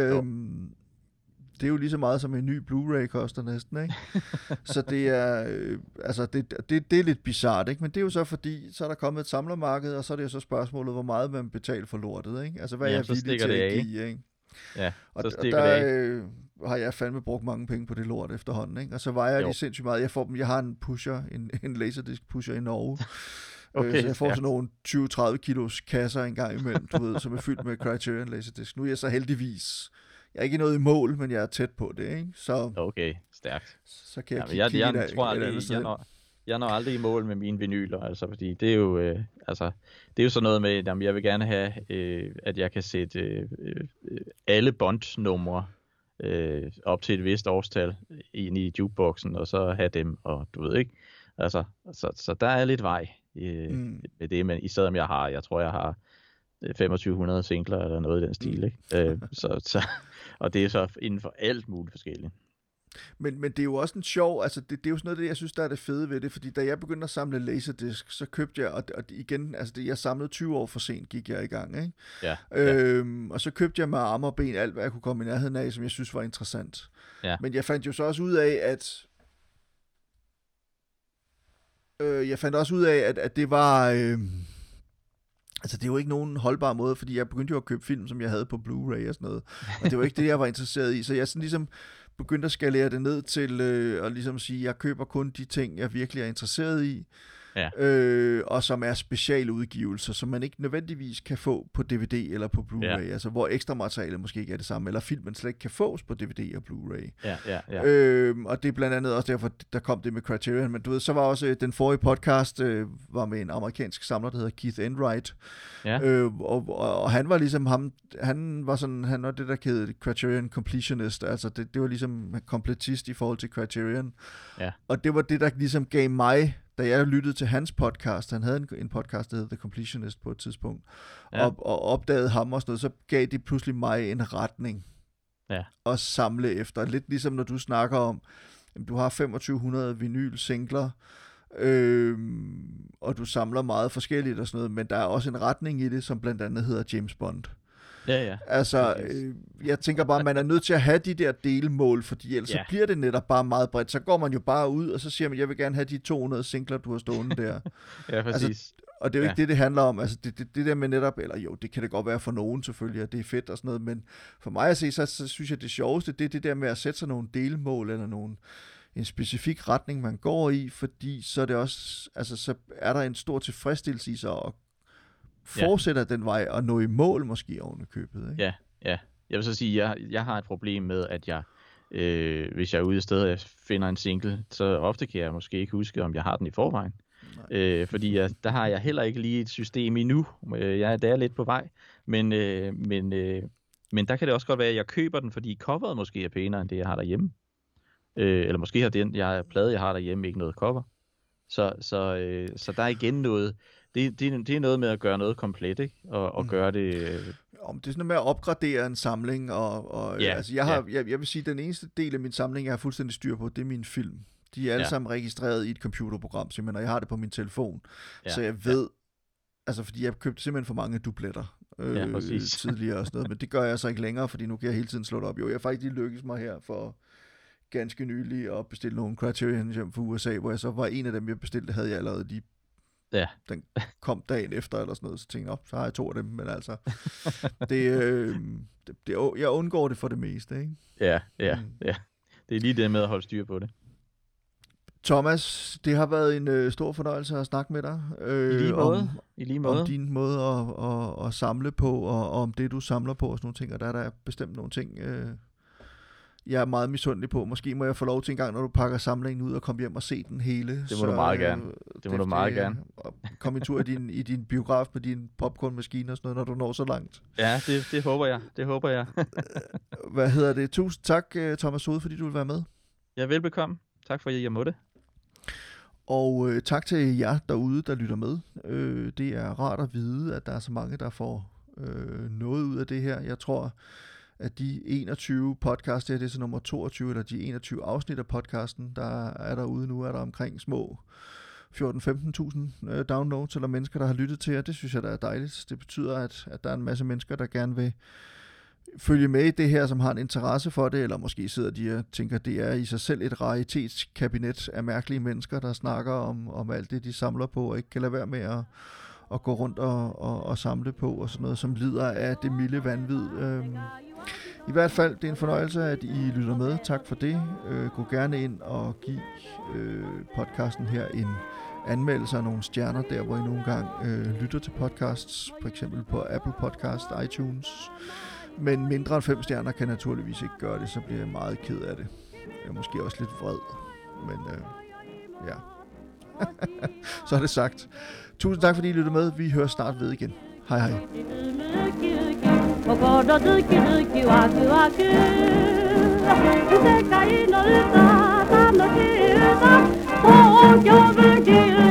det er jo lige så meget, som en ny Blu-ray koster næsten, ikke? Så det er, det er lidt bizarrt, ikke? Men det er jo så fordi, så er der kommet et samlermarked, og så er det jo så spørgsmålet, hvor meget man betaler for lortet, ikke? Altså, hvad er jeg villig til at give, ikke? Ja, og der har jeg fandme brugt mange penge på det lort efterhånden, ikke? Og så vejer de sindssygt meget. Jeg har en pusher, en laserdisc pusher i Norge. Okay, så jeg får sådan nogle 20-30 kilos kasser en gang imellem, du ved, som er fyldt med Criterion laserdisc. Nu er jeg så heldigvis... Jeg er ikke nået i mål, men jeg er tæt på det, ikke? Så, okay, stærkt. Så kan jeg jeg når aldrig i mål med mine vinyler, altså, fordi det er jo, det er jo sådan noget med, jamen, jeg vil gerne have, at jeg kan sætte alle bondnumre op til et vist årstal ind i jukeboxen, og så have dem, og du ved ikke, altså, så der er lidt vej med det, men i stedet om jeg tror jeg har 2500 singler eller noget i den stil, ikke? Og det er så inden for alt muligt forskelligt. Men det er jo også en sjov, altså det er jo sådan noget, det jeg synes, der er det fede ved det, fordi da jeg begyndte at samle laserdisc, så købte jeg, og igen, altså jeg samlede 20 år for sent, gik jeg i gang, ikke? Ja. Og så købte jeg med arme og ben alt, hvad jeg kunne komme i nærheden af, som jeg synes var interessant. Ja. Men jeg fandt jo så også ud af, at det var... Altså, det er jo ikke nogen holdbar måde, fordi jeg begyndte jo at købe film, som jeg havde på Blu-ray og sådan noget. Og det var ikke det, jeg var interesseret i. Så jeg sådan ligesom begyndte at skalere det ned til at ligesom sige, at jeg køber kun de ting, jeg virkelig er interesseret i. Ja. Og som er specialudgivelser, som man ikke nødvendigvis kan få på DVD eller på Blu-ray. Ja. Altså, hvor ekstra materiale måske ikke er det samme, eller filmen slet ikke kan fås på DVD og Blu-ray. Ja. Og det er blandt andet også derfor, der kom det med Criterion. Men du ved, så var også den forrige podcast, var med en amerikansk samler, der hedder Keith Enright. Ja. Og han var ligesom han var det, der kaldte Criterion Completionist. Altså, det var ligesom kompletist i forhold til Criterion. Ja. Og det var det, der ligesom gav mig, da jeg lyttede til hans podcast, han havde en podcast, der hed The Completionist på et tidspunkt, og opdagede ham og sådan noget, så gav det pludselig mig en retning at samle efter. Lidt ligesom når du snakker om, at du har 2500 vinyl-singler, og du samler meget forskelligt og sådan noget, men der er også en retning i det, som blandt andet hedder James Bond. Ja. Altså, jeg tænker bare, man er nødt til at have de der delmål, fordi ellers så bliver det netop bare meget bredt. Så går man jo bare ud, og så siger man, jeg vil gerne have de 200 singler, du har stående der. Ja, præcis. Altså, og det er jo ikke det handler om. Altså, det der med netop, eller jo, det kan det godt være for nogen selvfølgelig, og det er fedt og sådan noget, men for mig at se, så synes jeg, det sjoveste, det er det der med at sætte sig nogle delmål, eller en specifik retning, man går i, fordi så er det også, altså, så er der en stor tilfredsstillelse i sig at fortsætter den vej og nå i mål måske oven i købet, ikke? Ja. Jeg vil så sige, jeg har et problem med, at jeg, hvis jeg er ude i stedet og finder en single, så ofte kan jeg måske ikke huske, om jeg har den i forvejen. Fordi der har jeg heller ikke lige et system endnu. Der er lidt på vej, men Men der kan det også godt være, at jeg køber den, fordi coveret måske er pænere, end det, jeg har derhjemme. Eller måske har den plade, jeg har derhjemme, ikke noget cover. Så der er igen noget. Det er noget med at gøre noget komplet, ikke? Og gøre det... Det er sådan noget med at opgradere en samling, og Ja, altså jeg vil sige, at den eneste del af min samling, jeg har fuldstændig styr på, det er mine film. De er alle sammen registreret i et computerprogram, simpelthen, og jeg har det på min telefon. Så jeg ved, altså fordi jeg købte simpelthen for mange dubletter tidligere og sådan noget, men det gør jeg så ikke længere, fordi nu kan jeg hele tiden slå det op. Jo, jeg har faktisk lige lykkes mig her for ganske nylig at bestille nogle Criterion hjem fra USA, hvor jeg så var en af dem, jeg bestilte, havde jeg allerede lige. Ja. Den kom dagen efter eller sådan noget, så tænkte jeg, så har jeg 2 af dem, men altså, jeg undgår det for det meste, ikke? Ja. Det er lige det med at holde styr på det. Thomas, det har været en stor fornøjelse at snakke med dig. I lige måde. Om din måde at samle på, og om det, du samler på, og sådan nogle ting, og der er der bestemt nogle ting, jeg er meget misundelig på. Måske må jeg få lov til en gang, når du pakker samlingen ud og komme hjem og se den hele. Det må du meget gerne. Det må du meget gerne. Kom en tur i din biograf med din popcornmaskine og sådan noget, når du når så langt. Ja, det håber jeg. Det håber jeg. Hvad hedder det? Tusind tak, Thomas Sode, fordi du vil være med. Ja, velbekomme. Tak for, at jeg måtte. Og tak til jer derude, der lytter med. Det er rart at vide, at der er så mange, der får noget ud af det her. Jeg tror, at de 21 podcast, det er så nummer 22, eller de 21 afsnit af podcasten, der er derude nu, er der omkring små 14-15.000 downloads, eller mennesker, der har lyttet til jer. Det synes jeg, der er dejligt. Det betyder, at der er en masse mennesker, der gerne vil følge med i det her, som har en interesse for det, eller måske sidder de og tænker, at det er i sig selv et raritetskabinet af mærkelige mennesker, der snakker om alt det, de samler på, og ikke kan lade være med at gå rundt og samle på, og sådan noget, som lider af det milde vanvid. I hvert fald, det er en fornøjelse, at I lytter med. Tak for det. Gå gerne ind og giv podcasten her en anmeldelse af nogle stjerner, der hvor I nogle gange lytter til podcasts, for eksempel på Apple Podcast, iTunes. Men mindre end 5 stjerner kan naturligvis ikke gøre det, så bliver jeg meget ked af det. Jeg er måske også lidt vred, men ja. Så er det sagt. Tusind tak, fordi I lyttede med. Vi hører snart ved igen. Hej hej.